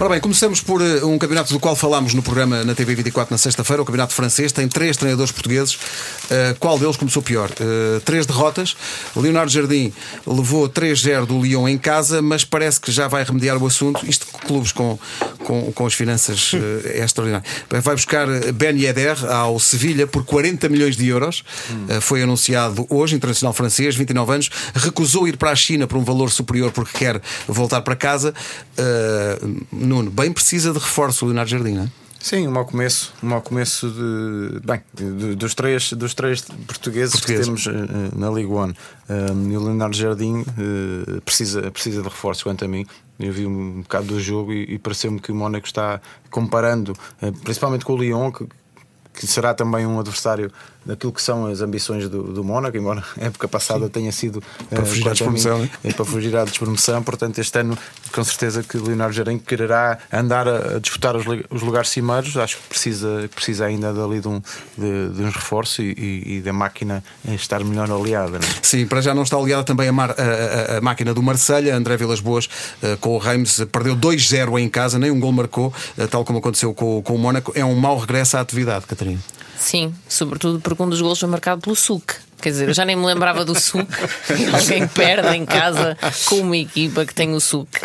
Ora bem, começamos por uh, um campeonato do qual falámos no programa na T V vinte e quatro na sexta-feira, o campeonato francês. Tem três treinadores portugueses. Uh, qual deles começou pior? Uh, três derrotas. Leonardo Jardim levou três zero do Lyon em casa, mas parece que já vai remediar o assunto. Isto clubes com, com, com as finanças uh, é extraordinário. Vai buscar Ben Yedder ao Sevilha por quarenta milhões de euros. Uh, foi anunciado hoje, internacional francês, vinte e nove anos. Recusou ir para a China por um valor superior porque quer voltar para casa. Uh, Nuno, bem precisa de reforço o Leonardo Jardim, não é? Sim, um mau começo, um mau começo de, bem, de, dos, três, dos três portugueses, portugueses. que temos uh, na Ligue um. Um, e o Leonardo Jardim uh, precisa, precisa de reforço, quanto a mim. Eu vi um bocado do jogo e, e pareceu-me que o Mónaco está comparando, uh, principalmente com o Lyon, que, que será também um adversário daquilo que são as ambições do, do Mónaco, embora a época passada Sim. tenha sido para, uh, fugir à despromoção, é para fugir à despromoção. Portanto, este ano, com certeza que o Leonardo Jardim quererá andar a, a disputar os, os lugares cimeiros. Acho que precisa, precisa ainda dali de, um, de, de uns reforços e, e, e da máquina estar melhor aliada, não é? Sim, para já não está aliada também a, mar, a, a, a máquina do Marselha. André Vilas Boas uh, com o Reims perdeu dois zero em casa, nem um gol marcou, uh, tal como aconteceu com, com o Mónaco. É um mau regresso à atividade, Catarina. Sim, sobretudo porque um dos golos foi marcado pelo S U C. Quer dizer, eu já nem me lembrava do S U C. Alguém perde em casa com uma equipa que tem o S U C.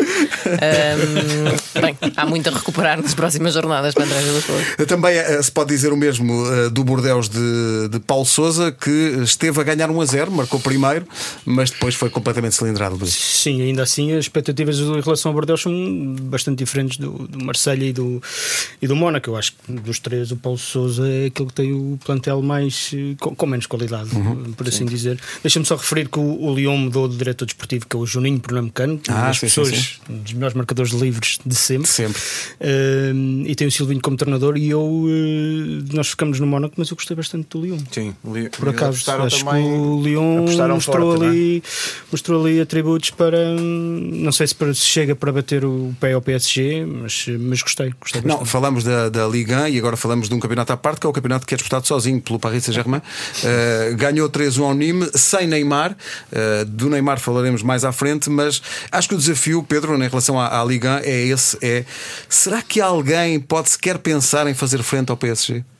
Um, bem, há muito a recuperar nas próximas jornadas para André Vilas Boas. Também uh, se pode dizer o mesmo uh, do Bordeaux de, de Paulo Sousa, que esteve a ganhar um a zero, marcou primeiro, mas depois foi completamente cilindrado. Sim, ainda assim as expectativas em relação ao Bordeaux são bastante diferentes do, do Marselha e do, e do Mónaco. Eu acho que dos três o Paulo Sousa é aquele que tem o plantel mais com, com menos qualidade. Uhum. Por assim sim. dizer. Deixa-me só referir que o, o Lyon mudou de diretor desportivo, que é o Juninho Pernambucano, ah, uma das sim, pessoas, sim, sim. um dos melhores marcadores de livres de sempre. De sempre. Uh, e tem o Silvinho como treinador. E eu, uh, nós ficamos no Mónaco, mas eu gostei bastante do Lyon. Sim, Lyon, por acaso, acho também, que o Lyon mostrou, forte, ali, mostrou ali atributos para. Não sei se, para, se chega para bater o pé ao P S G, mas, mas gostei. gostei não, falamos da, da Ligue um e agora falamos de um campeonato à parte, que é o campeonato que é disputado sozinho pelo Paris Saint-Germain. Uh, ganhou três a um ao Nîmes, sem Neymar. Uh, do Neymar falaremos mais à frente, mas acho que o desafio, Pedro, em relação à, à Ligue um é esse: é, será que alguém pode sequer pensar em fazer frente ao P S G?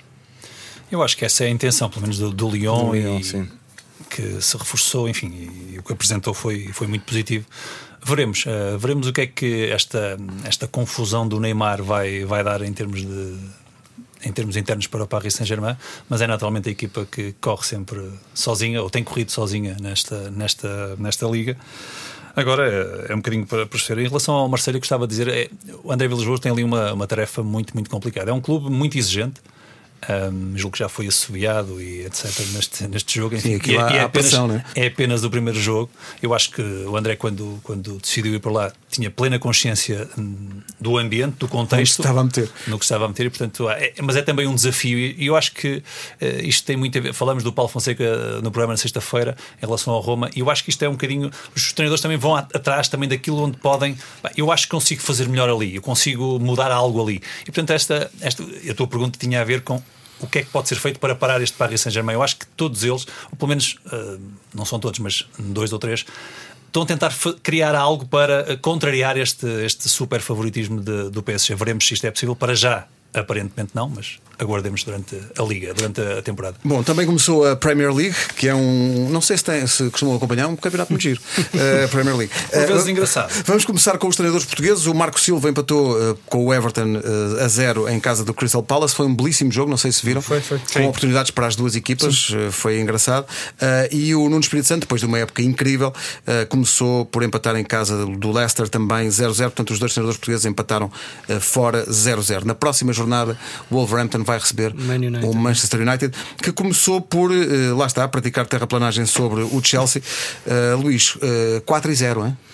Eu acho que essa é a intenção, pelo menos do, do Lyon, do Lyon e, sim. que se reforçou, enfim, e o que apresentou foi, foi muito positivo. Veremos, uh, veremos o que é que esta, esta confusão do Neymar vai, vai dar em termos de em termos internos para o Paris Saint-Germain, mas é naturalmente a equipa que corre sempre sozinha, ou tem corrido sozinha nesta, nesta, nesta liga. Agora é, é um bocadinho para perceber. Em relação ao Marselha, gostava de dizer, é, o André Vilas Boas tem ali uma, uma tarefa muito, muito complicada. É um clube muito exigente. Um, julgo que já foi assobiado e etcétera neste, neste jogo. Enfim, Sim, e, é, e é, apenas, pressão, né? é apenas o primeiro jogo. Eu acho que o André, quando, quando decidiu ir para lá, tinha plena consciência hum, do ambiente, do contexto, no que estava a meter, no que estava a meter e, portanto, é, mas é também um desafio. E eu acho que uh, isto tem muito a ver. Falamos do Paulo Fonseca no programa na sexta-feira em relação ao Roma, e eu acho que isto é um bocadinho. Os treinadores também vão atrás também daquilo onde podem. Eu acho que consigo fazer melhor ali, eu consigo mudar algo ali. E portanto, esta, esta a tua pergunta tinha a ver com o que é que pode ser feito para parar este Paris Saint-Germain. Eu acho que todos eles, ou pelo menos uh, não são todos, mas dois ou três, estão a tentar criar algo para contrariar este, este super favoritismo de, do P S G. Veremos se isto é possível. Para já, aparentemente não, mas aguardemos durante a Liga, durante a temporada. Bom, também começou a Premier League, que é um, não sei se, tem, se costumam acompanhar, um campeonato muito giro. uh, Premier League. Por vezes uh, engraçado. Vamos começar com os treinadores portugueses. O Marco Silva empatou uh, com o Everton uh, a zero em casa do Crystal Palace. Foi um belíssimo jogo, não sei se viram. Foi, foi. Com Sim. oportunidades para as duas equipas, uh, foi engraçado. Uh, e o Nuno Espírito Santo, depois de uma época incrível, uh, começou por empatar em casa do Leicester também zero a zero. Portanto, os dois treinadores portugueses empataram uh, fora zero a zero. Na próxima jornada, o Wolverhampton vai receber o Manchester United, que começou por, uh, lá está, praticar terraplanagem sobre o Chelsea. uh, Luís, uh, quatro a zero, hein?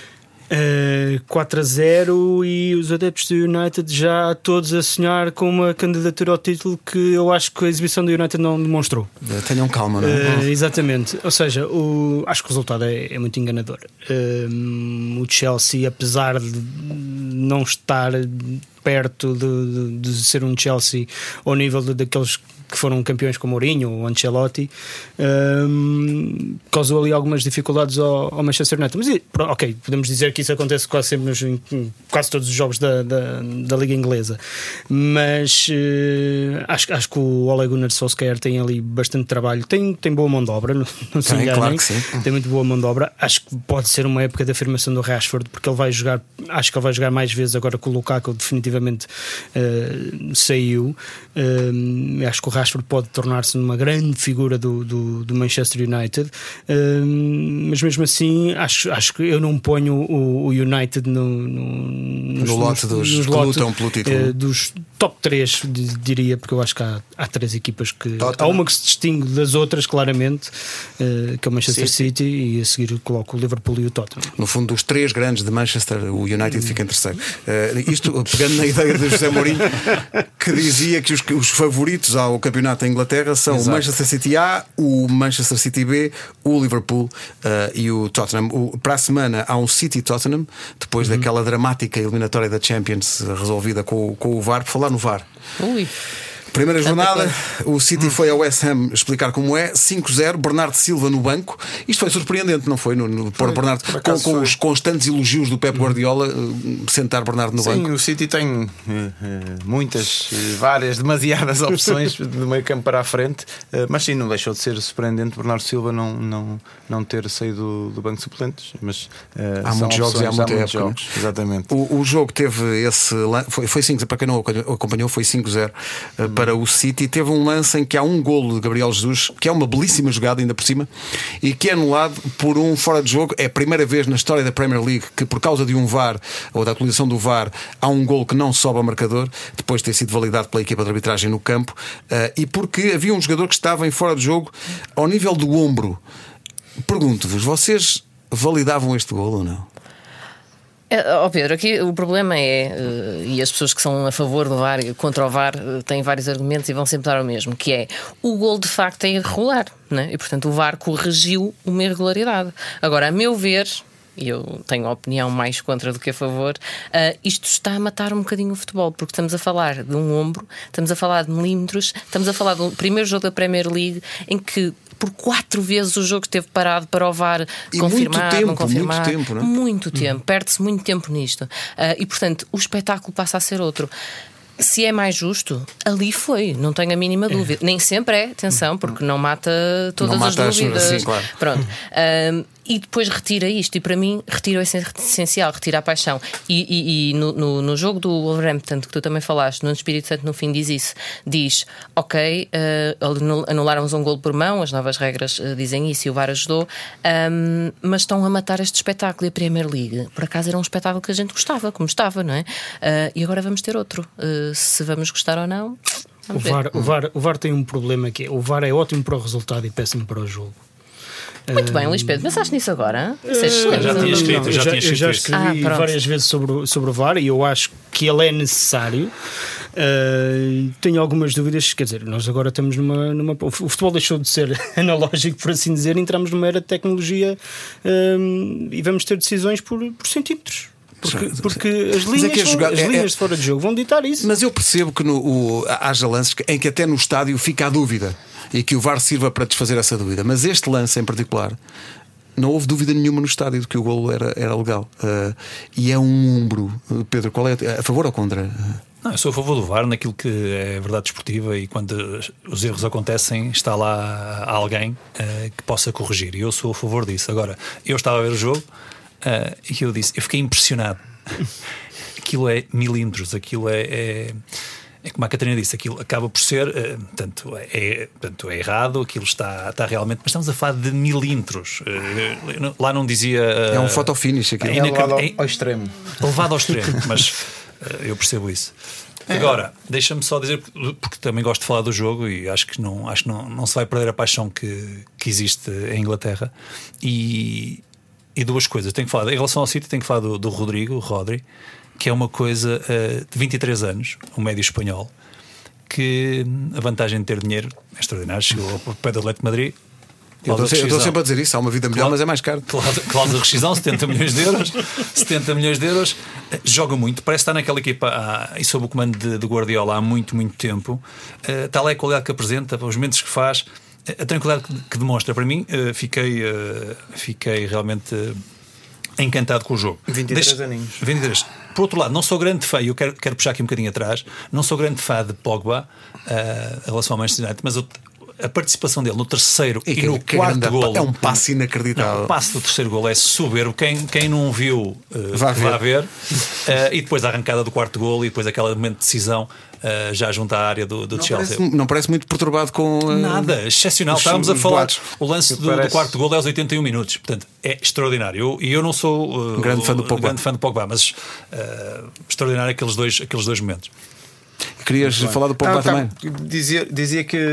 Uh, quatro a zero, e os adeptos do United já todos a sonhar com uma candidatura ao título que eu acho que a exibição do United não demonstrou. Tenham calma, não é? Uh, exatamente, ou seja, o, acho que o resultado é, é muito enganador. Uh, o Chelsea, apesar de não estar perto de, de, de ser um Chelsea ao nível de, daqueles que foram campeões como Mourinho ou Ancelotti, um, causou ali algumas dificuldades ao, ao Manchester United. Mas, ok, podemos dizer que isso acontece quase sempre nos, em quase todos os jogos da, da, da Liga Inglesa, mas uh, acho, acho que o Ole Gunnar Solskjaer tem ali bastante trabalho, tem, tem boa mão de obra, não, não se enganem, claro que sim. Tem muito boa mão de obra. Acho que pode ser uma época de afirmação do Rashford, porque ele vai jogar, acho que ele vai jogar mais vezes agora que o Lukaku definitivamente uh, saiu. Uh, acho que o Rashford pode tornar-se numa grande figura do, do, do Manchester United, uh, mas mesmo assim acho, acho que eu não ponho o, o United no, no, nos, no lote dos nos que lutam pelo título, uh, dos top três, diria, porque eu acho que há, há três equipas que Tottenham. Há uma que se distingue das outras claramente, uh, que é o Manchester City. City, e a seguir coloco o Liverpool e o Tottenham. No fundo, dos três grandes de Manchester, o United hum. fica em terceiro. Uh, isto pegando na ideia de José Mourinho, que dizia que os, os favoritos ao campeonato da Inglaterra são Exato. o Manchester City A, o Manchester City B, o Liverpool uh, e o Tottenham. O, para a semana há um City-Tottenham, depois uhum. daquela dramática eliminatória da Champions resolvida com, com o V A R. Por falar no V A R. Ui. Primeira jornada, o City foi ao West Ham explicar como é, cinco zero, Bernardo Silva no banco. Isto foi surpreendente, não foi? No, no, foi, Bernardo, com, com os constantes elogios do Pep Guardiola, uh, sentar Bernardo no Sim, banco. Sim, o City tem uh, muitas, uh, várias, demasiadas opções do meio campo para a frente, uh, mas sim, não deixou de ser surpreendente Bernardo Silva não, não, não ter saído do, do banco de suplentes. Mas, uh, há muitos jogos e há muita época. Jogos, exatamente. O, o jogo teve esse. Foi, foi cinco zero, para quem não acompanhou, foi cinco zero uh, hum. para o City. Teve um lance em que há um golo de Gabriel Jesus, que é uma belíssima jogada, ainda por cima, e que é anulado por um fora de jogo. É a primeira vez na história da Premier League que, por causa de um V A R ou da atualização do V A R, há um golo que não sobe ao marcador, depois de ter sido validado pela equipa de arbitragem no campo, uh, e porque havia um jogador que estava em fora de jogo ao nível do ombro. Pergunto-vos, vocês validavam este golo ou não? Ó oh Pedro, aqui o problema é, uh, e as pessoas que são a favor do V A R e contra o V A R uh, têm vários argumentos e vão sempre dar o mesmo, que é, o gol de facto é irregular, né? E portanto o V A R corrigiu uma irregularidade. Agora, a meu ver, e eu tenho a opinião mais contra do que a favor, uh, isto está a matar um bocadinho o futebol, porque estamos a falar de um ombro, estamos a falar de milímetros, estamos a falar do primeiro jogo da Premier League em que por quatro vezes o jogo esteve parado para o V A R e confirmar, muito tempo, não confirmar. Muito tempo, não é? Muito tempo, uhum. Perde-se muito tempo nisto. Uh, e portanto, o espetáculo passa a ser outro. Se é mais justo, ali foi, não tenho a mínima dúvida. É. Nem sempre é, atenção, porque não mata todas não as mata dúvidas. Sim, claro. Pronto. Um, e depois retira isto, e para mim retira o essencial, retira a paixão. E, e, e no, no, no jogo do Wolverhampton, que tu também falaste, no Espírito Santo, no fim diz isso: diz, ok, uh, anularam-nos um golo por mão, as novas regras uh, dizem isso e o V A R ajudou, um, mas estão a matar este espetáculo. E a Premier League, por acaso, era um espetáculo que a gente gostava, como estava, não é? Uh, e agora vamos ter outro. Uh, se vamos gostar ou não. O V A R, o, V A R, o V A R tem um problema que é: o V A R é ótimo para o resultado e péssimo para o jogo. Muito bem, Luís Pedro, pensaste nisso agora? Uh, já tinha escrito, eu já, já, eu já escrevi ah, várias vezes sobre, sobre o V A R e eu acho que ele é necessário. Uh, tenho algumas dúvidas, quer dizer, nós agora estamos numa, numa. O futebol deixou de ser analógico, por assim dizer, entramos numa era de tecnologia um, e vamos ter decisões por, por centímetros. Porque, porque as linhas, é que jogar, as linhas é, é, de fora de jogo vão ditar isso. Mas eu percebo que no, o, haja lances em que até no estádio fica a dúvida e que o V A R sirva para desfazer essa dúvida. Mas este lance em particular, não houve dúvida nenhuma no estádio de que o golo era, era legal. Uh, e é um ombro. Pedro, qual é? A favor ou contra? Não, eu sou a favor do V A R naquilo que é verdade desportiva, e quando os erros acontecem está lá alguém uh, que possa corrigir, e eu sou a favor disso. Agora, eu estava a ver o jogo uh, e eu disse, eu fiquei impressionado. Aquilo é milímetros, aquilo é, é, é como a Catarina disse, aquilo acaba por ser uh, portanto, é, portanto, é errado, aquilo está, está realmente, mas estamos a falar de milímetros. Uh, lá não dizia uh, é um photo finish aquilo. É, é levado ao, ao extremo, levado ao extremo, mas eu percebo isso. É. Agora, deixa-me só dizer, porque também gosto de falar do jogo e acho que não, acho que não, não se vai perder a paixão que, que existe em Inglaterra. E, e duas coisas, tenho que falar, em relação ao City, tenho que falar do, do Rodrigo, o Rodri, que é uma coisa uh, de vinte e três anos, um médio espanhol, que a vantagem de ter dinheiro é extraordinária. Chegou ao pé do Atlético de Madrid, Eu estou sempre a dizer isso, há uma vida melhor, mas é mais caro. Cláusula de rescisão, setenta milhões de euros. setenta milhões de euros. Joga muito, parece estar naquela equipa há, e sob o comando de, de Guardiola há muito, muito tempo. Uh, tal é a qualidade que apresenta, os momentos que faz, a tranquilidade que, que demonstra. Para mim, uh, fiquei, uh, fiquei realmente uh, encantado com o jogo. vinte e três Deixe, aninhos. vinte e três. Por outro lado, não sou grande fã, e eu quero, quero puxar aqui um bocadinho atrás, não sou grande fã de Pogba uh, em relação ao Manchester United, mas eu, a participação dele no terceiro e, e no quarto golo é um passe inacreditável. Não, o passe do terceiro golo é soberbo. Quem, quem não viu, uh, vá ver, vá ver. Uh, e depois a arrancada do quarto golo e depois aquele momento de decisão uh, já junto à área do, do não Chelsea. Parece, não parece muito perturbado com uh, nada, excepcional. Estávamos a falar boatos. O lance do, parece... do quarto golo é aos oitenta e um minutos. Portanto, é extraordinário. E eu, eu não sou uh, grande fã do Pogba, grande fã do Pogba, mas uh, extraordinário aqueles dois, aqueles dois momentos. Querias falar do Pogba ah, também? Tá. Dizia, dizia que,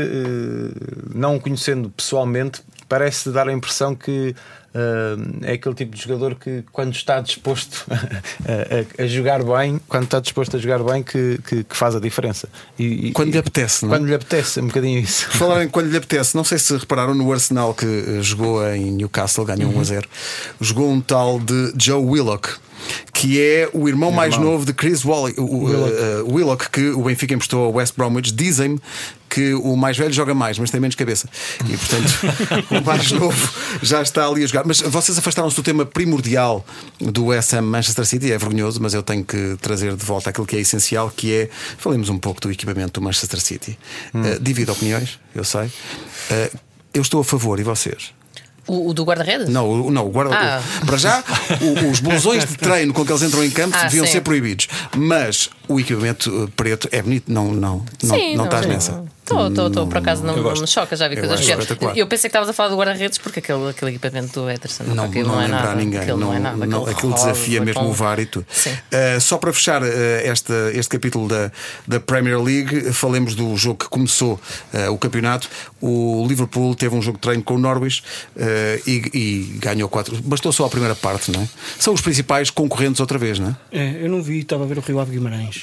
não o conhecendo pessoalmente, parece dar a impressão que uh, é aquele tipo de jogador que, quando está disposto a, a, a jogar bem, quando está disposto a jogar bem, que, que, que faz a diferença. E, e, quando lhe apetece, não é? Quando lhe apetece, é um bocadinho isso. Falar em quando lhe apetece, não sei se repararam no Arsenal que uh, jogou em Newcastle, ganhou uhum. um a zero. Jogou um tal de Joe Willock, que é o irmão é mais irmão. novo de Chris Wally, o, Willock. Uh, Willock, que o Benfica emprestou ao West Bromwich. Dizem-me que o mais velho joga mais, mas tem menos cabeça. E portanto o mais novo já está ali a jogar. Mas vocês afastaram-se do tema primordial do West Ham Manchester City. É vergonhoso, mas eu tenho que trazer de volta aquilo que é essencial, que é, falemos um pouco do equipamento do Manchester City. hum. uh, Divido opiniões, eu sei. uh, Eu estou a favor, e vocês? O, o do guarda-redes? Não, o, não, o guarda ah. o, para já, o, os blusões de treino com que eles entram em campo ah, deviam sim. ser proibidos. Mas o equipamento preto é bonito. Não, não, sim, não, não, não estás sim. nessa. Estou, estou, por acaso não, não me choca, já vi eu coisas piores. Eu pensei que estavas a falar do guarda-redes porque aquele, aquele equipamento do Ederson não, não, não, não é nada. Ninguém. Aquilo não, não é nada. Não, aquilo desafia mesmo com... o V A R e tudo. Uh, só para fechar uh, este, este capítulo da, da Premier League, falemos do jogo que começou uh, o campeonato. O Liverpool teve um jogo de treino com o Norwich uh, e, e ganhou quatro. Bastou só a primeira parte, não é? São os principais concorrentes outra vez, não é? É, eu não vi, estava a ver o Rio Ave Guimarães.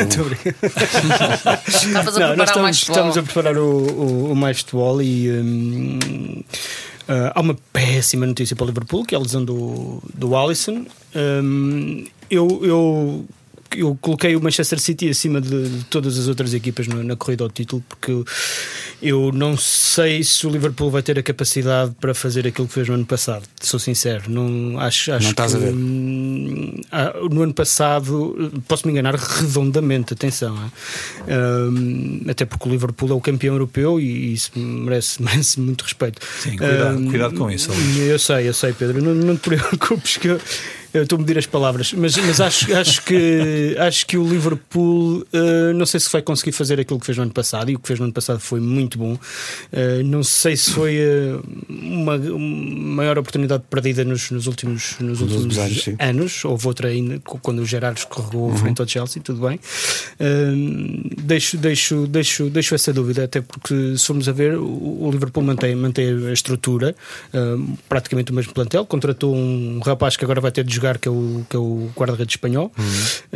Estavas a não, preparar nós estamos, o mais estamos a preparar o O, o mais futebol e hum, uh, há uma péssima notícia para o Liverpool, que é a lesão do, do Alisson. Um, eu, eu, eu coloquei o Manchester City acima de, de todas as outras equipas no, na corrida ao título, porque eu, eu não sei se o Liverpool vai ter a capacidade para fazer aquilo que fez no ano passado. Sou sincero, não acho, acho não estás que a ver. Hum, no ano passado, posso me enganar redondamente, atenção, é? um, até porque o Liverpool é o campeão europeu e isso merece, merece muito respeito. Sim, cuidado, um, cuidado com isso. Eu sei, eu sei, Pedro, não, não te preocupes que eu Eu estou a medir as palavras, mas, mas acho, acho, que, acho que o Liverpool uh, não sei se vai conseguir fazer aquilo que fez no ano passado, e o que fez no ano passado foi muito bom. Uh, não sei se foi uh, uma, uma maior oportunidade perdida nos, nos últimos, nos últimos anos, anos. Houve outra ainda quando o Gerrard escorregou uhum. frente ao Chelsea, tudo bem. Uh, deixo, deixo, deixo, deixo essa dúvida, até porque se formos a ver, o, o Liverpool mantém, mantém a estrutura, uh, praticamente o mesmo plantel. Contratou um rapaz que agora vai ter de jogar, que é o, que é o guarda-redes espanhol. Uhum.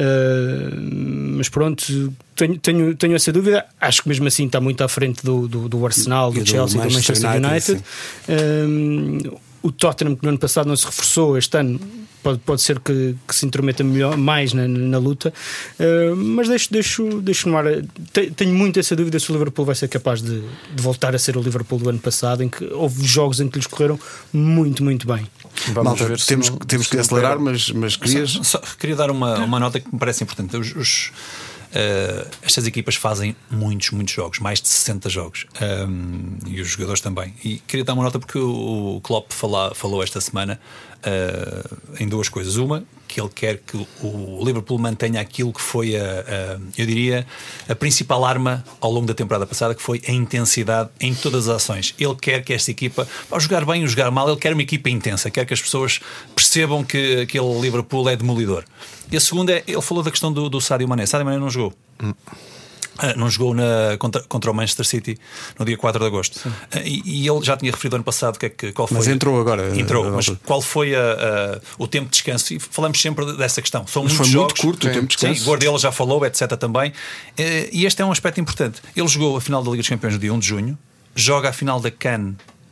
Uh, mas pronto, tenho, tenho, tenho essa dúvida. Acho que mesmo assim está muito à frente do, do, do Arsenal, do, do Chelsea, do Manchester United. United. Uh, o Tottenham, que no ano passado não se reforçou, este ano pode, pode ser que, que se intrometa melhor, mais na, na luta. Uh, mas deixo, deixo, deixo no ar. Tenho muito essa dúvida se o Liverpool vai ser capaz de, de voltar a ser o Liverpool do ano passado, em que houve jogos em que lhes correram muito, muito bem. Vamos Malta, ver temos, não, temos que acelerar, mas, mas querias... só, só queria dar uma, uma nota que me parece importante. Os, os, uh, estas equipas fazem muitos, muitos jogos, mais de sessenta jogos, um, e os jogadores também. E queria dar uma nota porque o Klopp fala, falou esta semana uh, em duas coisas. Uma, que ele quer que o Liverpool mantenha aquilo que foi a, a, eu diria, a principal arma ao longo da temporada passada, que foi a intensidade em todas as ações. Ele quer que esta equipa, ao jogar bem ou jogar mal, ele quer uma equipa intensa, quer que as pessoas percebam que aquele Liverpool é demolidor. E a segunda é, ele falou da questão do, do Sadio Mané. Sadio Mané não jogou. Hum. Não jogou na, contra, contra o Manchester City no dia quatro de agosto. E, e ele já tinha referido ano passado que é que, qual foi. Mas entrou agora. Entrou, mas qual foi a, a, o tempo de descanso? E falamos sempre dessa questão. São mas muitos foi jogos, muito curto o tempo de descanso. Sim, Guardiola já falou, etcétera também. E este é um aspecto importante. Ele jogou a final da Liga dos Campeões no dia um de junho, joga a final da CAN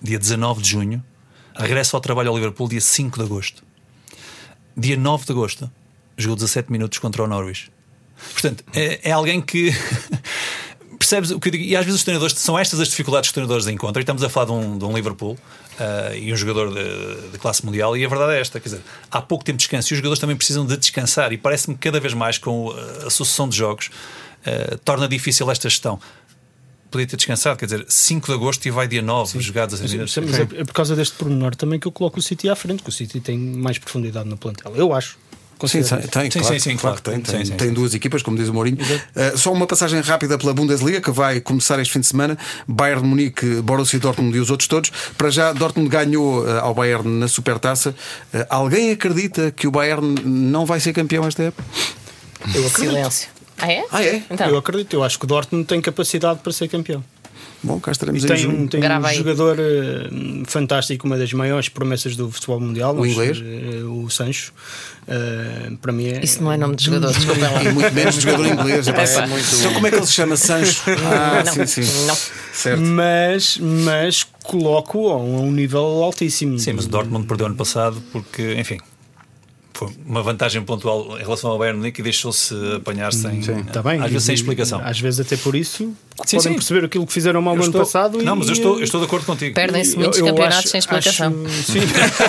dia dezanove de junho, regressa ao trabalho ao Liverpool dia cinco de agosto. Dia nove de agosto jogou dezassete minutos contra o Norwich. Portanto, é, é alguém que percebes o que eu digo, e às vezes os treinadores, são estas as dificuldades que os treinadores encontram, e estamos a falar de um, de um Liverpool uh, e um jogador de, de classe mundial, e a verdade é esta, quer dizer, há pouco tempo de descanso e os jogadores também precisam de descansar, e parece-me que cada vez mais com a sucessão de jogos uh, torna difícil esta gestão. Podia ter descansado, quer dizer, cinco de agosto e vai dia nove, jogados a mas, mas é, é por causa deste pormenor também que eu coloco o City à frente, que o City tem mais profundidade no plantel, eu acho. Sim, tem, tem, sim, claro, sim, sim, claro que tem, sim, tem, sim, tem sim. duas equipas, como diz o Mourinho. Uh, só uma passagem rápida pela Bundesliga, que vai começar este fim de semana. Bayern de Munique, Borussia Dortmund e os outros todos. Para já, Dortmund ganhou uh, ao Bayern na Supertaça. Uh, alguém acredita que o Bayern não vai ser campeão esta época? Eu acredito. Silêncio. Ah, é? Ah, é? Então. Eu acredito, eu acho que o Dortmund tem capacidade para ser campeão. Bom, cá estaremos E em tem, junho. um, tem um jogador uh, fantástico, uma das maiores promessas do futebol mundial, o inglês, uh, o Sancho. Uh, para mim é... Isso não é nome de jogador, desculpa lá. E muito menos de jogador inglês. É, é muito... Então, como é que ele se chama? Sancho? Ah, não, sim, sim. Não. Certo. Mas, mas coloco a um, a um nível altíssimo. Sim, mas o Dortmund perdeu ano passado porque, enfim, foi uma vantagem pontual em relação ao Bayern Munique e deixou-se apanhar sem, sim, tá bem. às vezes sem E, explicação. Às vezes até por isso sim, podem sim. perceber aquilo que fizeram mal no ano passado. Não, e, mas eu estou, eu estou de acordo contigo. Perdem-se muitos eu, eu campeonatos acho, sem explicação. Acho, sim.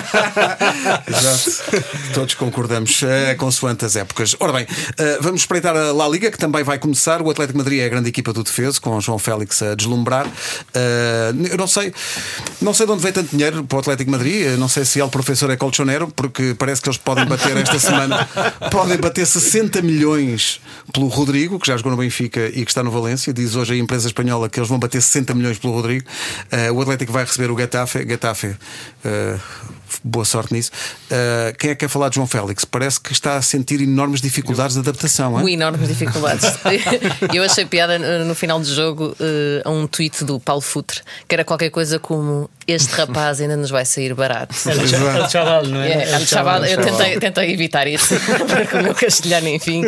Exato. Todos concordamos, uh, consoante as épocas. Ora bem, uh, vamos espreitar a La Liga, que também vai começar. O Atlético de Madrid é a grande equipa do defeso, com o João Félix a deslumbrar. Uh, eu não sei, não sei de onde veio tanto dinheiro para o Atlético de Madrid. Eu não sei se ele, professor, é colchonero, porque parece que eles podem bater esta semana, podem bater sessenta milhões pelo Rodrigo, que já jogou no Benfica e que está no Valência. Diz hoje a imprensa espanhola que eles vão bater sessenta milhões pelo Rodrigo. Uh, o Atlético vai receber o Getafe. Getafe, uh, boa sorte nisso. Uh, quem é que quer falar de João Félix? Parece que está a sentir enormes dificuldades de adaptação. Muito enormes dificuldades. Eu achei piada no final do jogo uh, a um tweet do Paulo Futre, que era qualquer coisa como: este rapaz ainda nos vai sair barato. É chaval, não é? É, é chaval. Eu tentei, tentei evitar isso, porque o meu castelhano, enfim. Uh,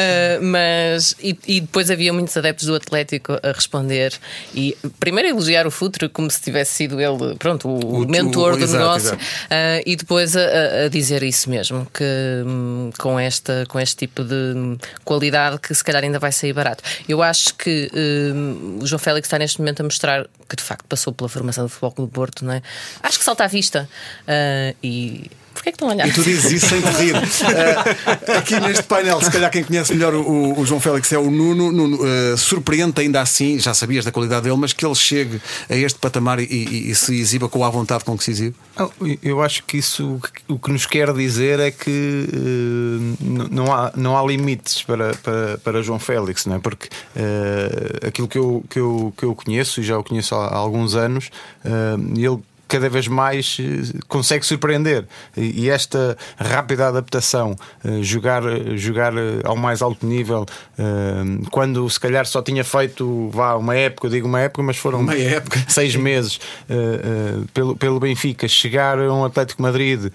mas e, e depois havia muitos adeptos do Atlético a responder. E primeiro a elogiar o Futre como se tivesse sido ele, pronto, o, o mentor o, o, do exato, negócio. Exato. Uh, e depois a, a dizer isso mesmo, que um, com, esta, com este tipo de qualidade que se calhar ainda vai sair barato. Eu acho que um, o João Félix está neste momento a mostrar que de facto passou pela formação do Futebol Clube do Porto, não é? Acho que salta à vista. Uh, e porquê é que estão a olhar? E tu dizes isso sem te rir. Uh, aqui neste painel, se calhar quem conhece melhor o, o João Félix é o Nuno. Nuno uh, surpreende ainda assim, já sabias da qualidade dele, mas que ele chegue a este patamar e, e, e se exiba com a vontade com que se exibe. Eu acho que isso o que nos quer dizer é que uh, não, há, não há limites para, para, para João Félix, não é? Porque uh, aquilo que eu, que, eu, que eu conheço, e já o conheço há, há alguns anos, uh, ele cada vez mais consegue surpreender, e esta rápida adaptação, jogar, jogar ao mais alto nível, quando se calhar só tinha feito vá, uma época, eu digo uma época, mas foram uma época. seis meses pelo, pelo Benfica, chegar a um Atlético Madrid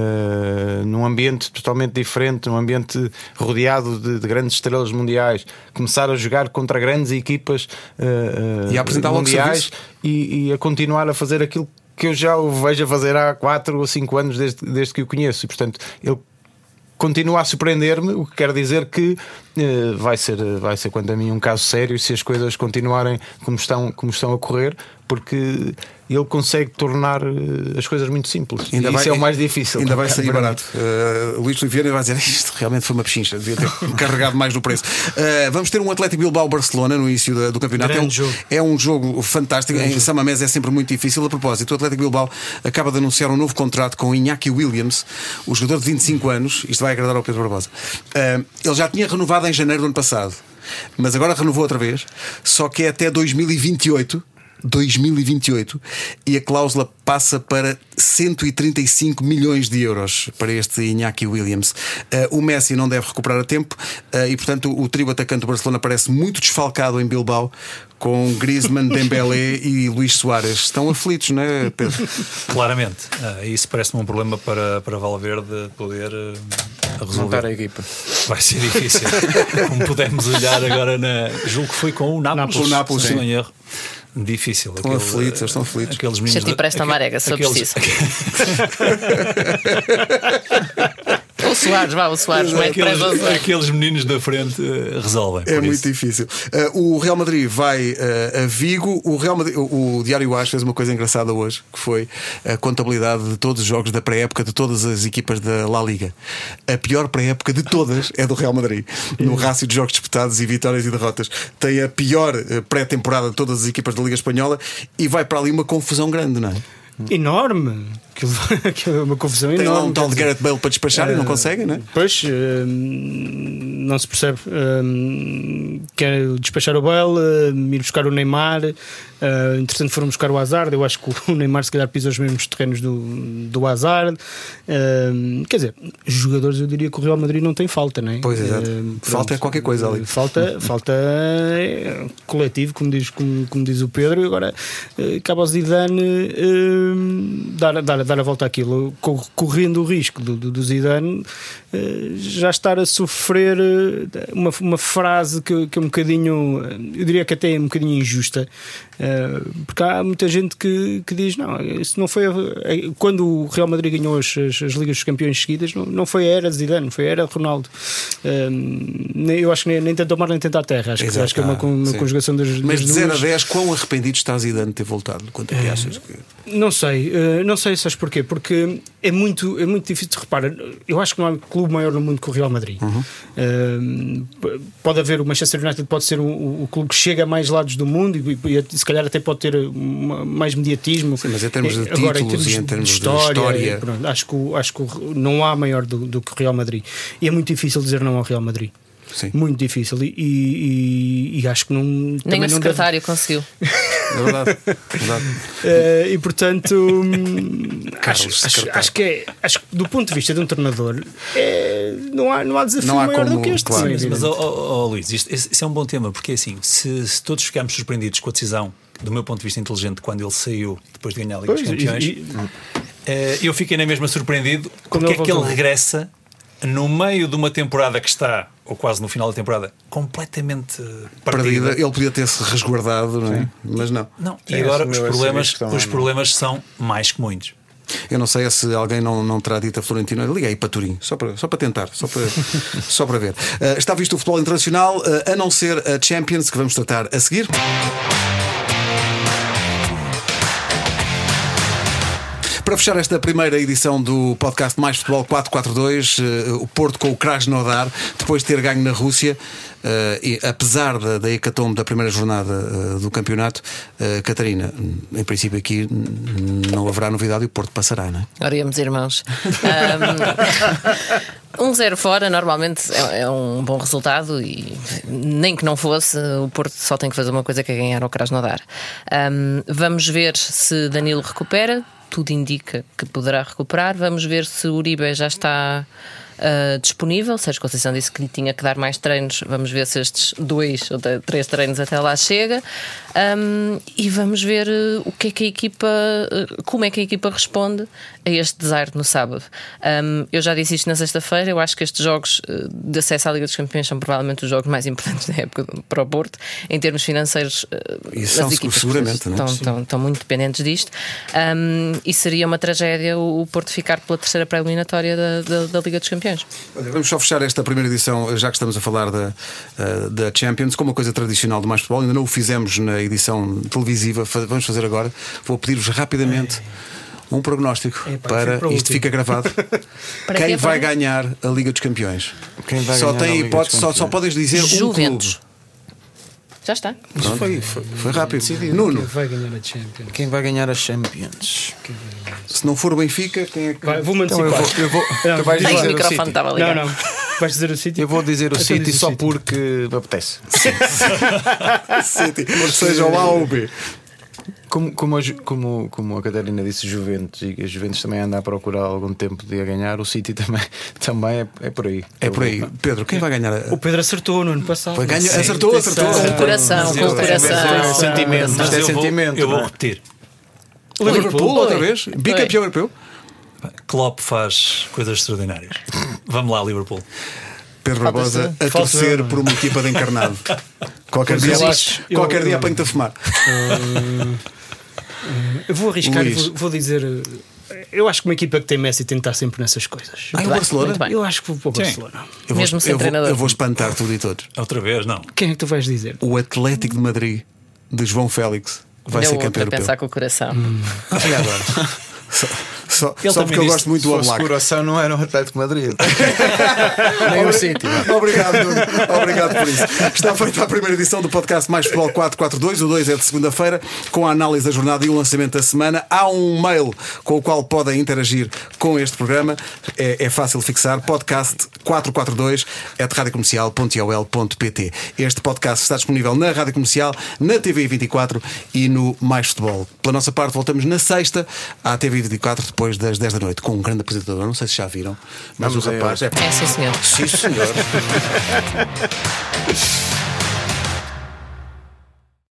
num ambiente totalmente diferente, num ambiente rodeado de, de grandes estrelas mundiais, começar a jogar contra grandes equipas e a apresentar mundiais e, e a continuar a fazer aquilo que eu já o vejo a fazer há quatro ou cinco anos desde, desde que o conheço, e portanto ele continua a surpreender-me, o que quer dizer que uh, vai ser, vai ser quanto a mim um caso sério se as coisas continuarem como estão, como estão a correr, porque ele consegue tornar uh, as coisas muito simples. Ainda e vai, isso é o mais difícil. Ainda vai sair barato. Uh, Luís Oliveira vai dizer: isto realmente foi uma pechincha, devia ter carregado mais no preço. Uh, vamos ter um Atlético Bilbao-Barcelona no início do, do campeonato. É um, jogo. é um jogo fantástico. Grande em San Mamés é sempre muito difícil. A propósito, o Atlético Bilbao acaba de anunciar um novo contrato com Iñaki Williams, o jogador de vinte e cinco anos. Isto vai agradar ao Pedro Barbosa. Uh, ele já tinha renovado em janeiro do ano passado, mas agora renovou outra vez, só que é até dois mil e vinte e oito. dois mil e vinte e oito, e a cláusula passa para cento e trinta e cinco milhões de euros para este Iñaki Williams. Uh, o Messi não deve recuperar a tempo, uh, e portanto o trio atacante do Barcelona parece muito desfalcado em Bilbao, com Griezmann, Dembélé e Luís Soares. Estão aflitos, não é, Pedro? Claramente. Uh, isso parece-me um problema para, para Valverde poder uh, resolver. Montar a equipa. Vai ser difícil. Como pudemos olhar agora na. Julgo que foi com o Nápoles. Com o Nápoles, se não erro. Difícil. Estão Aquele, aflitos, eles estão aflitos. Aqueles meninos. Deixa-te empresta a marega, se eu aqueles, preciso. O Soares, vá, o Soares, mete aqueles, presa ao Soares. aqueles meninos da frente uh, resolvem. É por muito isso. difícil. Uh, o Real Madrid vai uh, a Vigo. O, Real Madrid, o, o Diário AS fez uma coisa engraçada hoje, que foi a contabilidade de todos os jogos da pré-época de todas as equipas da La Liga. A pior pré-época de todas é do Real Madrid. No rácio de jogos disputados e vitórias e derrotas, tem a pior uh, pré-temporada de todas as equipas da Liga Espanhola e vai para ali uma confusão grande, não é? Enorme. Aquilo, aquilo é uma confusão Tem enorme. lá um tal de Gareth Bale para despachar uh, e não consegue, não é? Pois, uh, não se percebe. Uh, quer despachar o Bale, uh, ir buscar o Neymar. Uh, entretanto, foram buscar o Hazard. Eu acho que o Neymar, se calhar, pisa os mesmos terrenos do, do Hazard. Uh, quer dizer, jogadores, eu diria que o Real Madrid não tem falta, não é? Pois, exato. Uh, falta é qualquer coisa ali. Falta, falta é, coletivo, como diz, como, como diz o Pedro. E agora uh, cabe ao Zidane uh, dar, dar, dar a volta àquilo, correndo o risco do, do, do Zidane uh, já estar a sofrer uma, uma frase que, que é um bocadinho, eu diria que até é um bocadinho injusta. Uh, porque há muita gente que, que diz: não, isso não foi a, a, quando o Real Madrid ganhou as, as, as Ligas dos Campeões seguidas, não, não foi a era Zidane, foi a era Ronaldo. Uh, eu acho que nem, nem tanto ao mar nem tanto à terra. Acho, que, acho que é uma, uma conjugação das, Mas das de zero duas. a dez, quão arrependido está Zidane de ter voltado? Quanto é que achas que... Não sei, uh, não sei, sabes porquê? Porque é muito, é muito difícil. Repara, eu acho que não há clube maior no mundo que o Real Madrid. Uhum. Uh, pode haver o Manchester United, pode ser o, o, o clube que chega a mais lados do mundo e, e, e se calhar até pode ter uma, mais mediatismo. Sim, mas em termos de agora, títulos em termos e em termos de história, de história... Pronto, acho, que, acho que não há maior do, do que o Real Madrid. E é muito difícil dizer não ao Real Madrid. Sim. Muito difícil e, e, e acho que não. Nem o secretário deve... conseguiu. É verdade, é verdade. Uh, e portanto acho, Carlos, acho, acho que é, acho que do ponto de vista de um treinador é, não, há, não há desafio não há maior como, do que este. claro. Mas, mas oh, oh, oh, Luís, isto, esse é um bom tema, porque assim, se, se todos ficarmos surpreendidos com a decisão, do meu ponto de vista inteligente, quando ele saiu depois de ganhar a Liga Pois, dos Campeões, e, e, uh, eu fiquei na mesma surpreendido Quando porque ele é que ele voltou. regressa no meio de uma temporada que está, ou quase no final da temporada, completamente perdida. Perdida. Ele podia ter-se resguardado, não é? Mas não. Não, e Sim, agora os assumiu esse problemas, risco também, os não é? problemas são mais que muitos. Eu não sei se alguém não, não terá dito a Florentino: liga aí para Turim, só para, só para tentar, só para, só para ver. Uh, está visto o futebol internacional, uh, a não ser a Champions, que vamos tratar a seguir. Para fechar esta primeira edição do podcast Mais Futebol quatrocentos e quarenta e dois, uh, o Porto com o Krasnodar, depois de ter ganho na Rússia, uh, e, apesar da, da hecatombe da primeira jornada uh, do campeonato, uh, Catarina, em princípio aqui não haverá novidade e o Porto passará, não é? Oremos, irmãos. Um zero fora normalmente é, é um bom resultado e nem que não fosse, o Porto só tem que fazer uma coisa, que é ganhar ao Krasnodar. Um, vamos ver se Danilo recupera. Tudo indica que poderá recuperar. Vamos ver se o Uribe já está uh, disponível. Sérgio Conceição disse que lhe tinha que dar mais treinos. Vamos ver se estes dois ou três treinos até lá chega. Um, e vamos ver uh, o que é que a equipa, uh, como é que a equipa responde a este desaire no sábado. Um, eu já disse isto na sexta-feira. Eu acho que estes jogos uh, de acesso à Liga dos Campeões são provavelmente os jogos mais importantes da época para o Porto, em termos financeiros. Uh, Isso as equipas seguramente, estão, não é? estão, estão muito dependentes disto. Um, e seria uma tragédia o, o Porto ficar pela terceira pré-eliminatória da, da, da Liga dos Campeões. Olha, vamos só fechar esta primeira edição, já que estamos a falar da, uh, da Champions, com uma coisa tradicional do Mais Futebol. Ainda não o fizemos na edição televisiva, vamos fazer agora. Vou pedir-vos rapidamente um prognóstico. Epá, para fico para isto último. fica gravado. Para Quem quê? vai Para- ganhar a Liga dos Campeões? Quem vai Só ganhar a tem Liga hipótese, dos só, só Campeões? podes dizer um Juventus. clube. Já está. Isto foi, foi, Foi rápido. decidido. Nuno, Vai ganhar a Champions. Quem vai ganhar a Champions? se não for o Benfica, quem é que. Vai, vou-me Então eu antecipar. vou, eu vou, Não, tu vais diz Ai, lá. dizer o o microfone City. estava Não, ligado. não. Vais dizer o City? Eu vou dizer o Então City diz o só City. porque me apetece. City. Ou seja, o A ou o B. Como, como, a, Ju- como, como a Catarina disse, Juventus, e a Juventus também anda a procurar há algum tempo de a ganhar, o City também, também é, é por aí. É por aí. Pedro, quem vai ganhar a. O Pedro acertou no ano passado. Foi, ganha- Sim. acertou, acertou. Com o coração, Mas com eu- o coração. É sentimento, Mas isto é eu vou, sentimento. eu vou não é? repetir. Liverpool, outra Oi. vez? Bicampeão europeu? Klopp faz coisas extraordinárias. Vamos lá, Liverpool. Pedro Barbosa a Falta- torcer por uma equipa de encarnado. Qualquer Pois dia, eu acho- qualquer eu- dia apanho-te a fumar. Eu vou arriscar e Luís. vou, vou dizer. Eu acho que uma equipa que tem Messi tem de estar sempre nessas coisas. Ah, é o bem, Barcelona? muito bem. Eu acho que vou para o Sim. Barcelona. Eu vou, Mesmo sem eu vou, treinador. eu vou espantar tudo e todos. Outra vez, não. Quem é que tu vais dizer? O Atlético de Madrid de João Félix vai Ainda ser outra campeão a europeu. pensar com o coração. Olha agora. Só, só, Ele só também porque eu disse gosto muito que do se fosse Oblak. coração não era o Atlético de Madrid. Nem o City. Obrigado, Nuno. Obrigado por isso. Está feita a primeira edição do podcast Mais Futebol quatrocentos e quarenta e dois. O dois é de segunda-feira, com a análise da jornada e o lançamento da semana. Há um mail com o qual podem interagir com este programa. É, é fácil fixar: podcast quatrocentos e quarenta e dois arroba radiocomercial ponto i o l ponto p t. Este podcast está disponível na Rádio Comercial, na T V vinte e quatro e no Mais Futebol. Pela nossa parte, voltamos na sexta à T V vinte e quatro, depois das dez da noite, com um grande apresentador. Não sei se já viram, mas Vamos o a rapaz é. É, sim, senhor. Sim, senhor.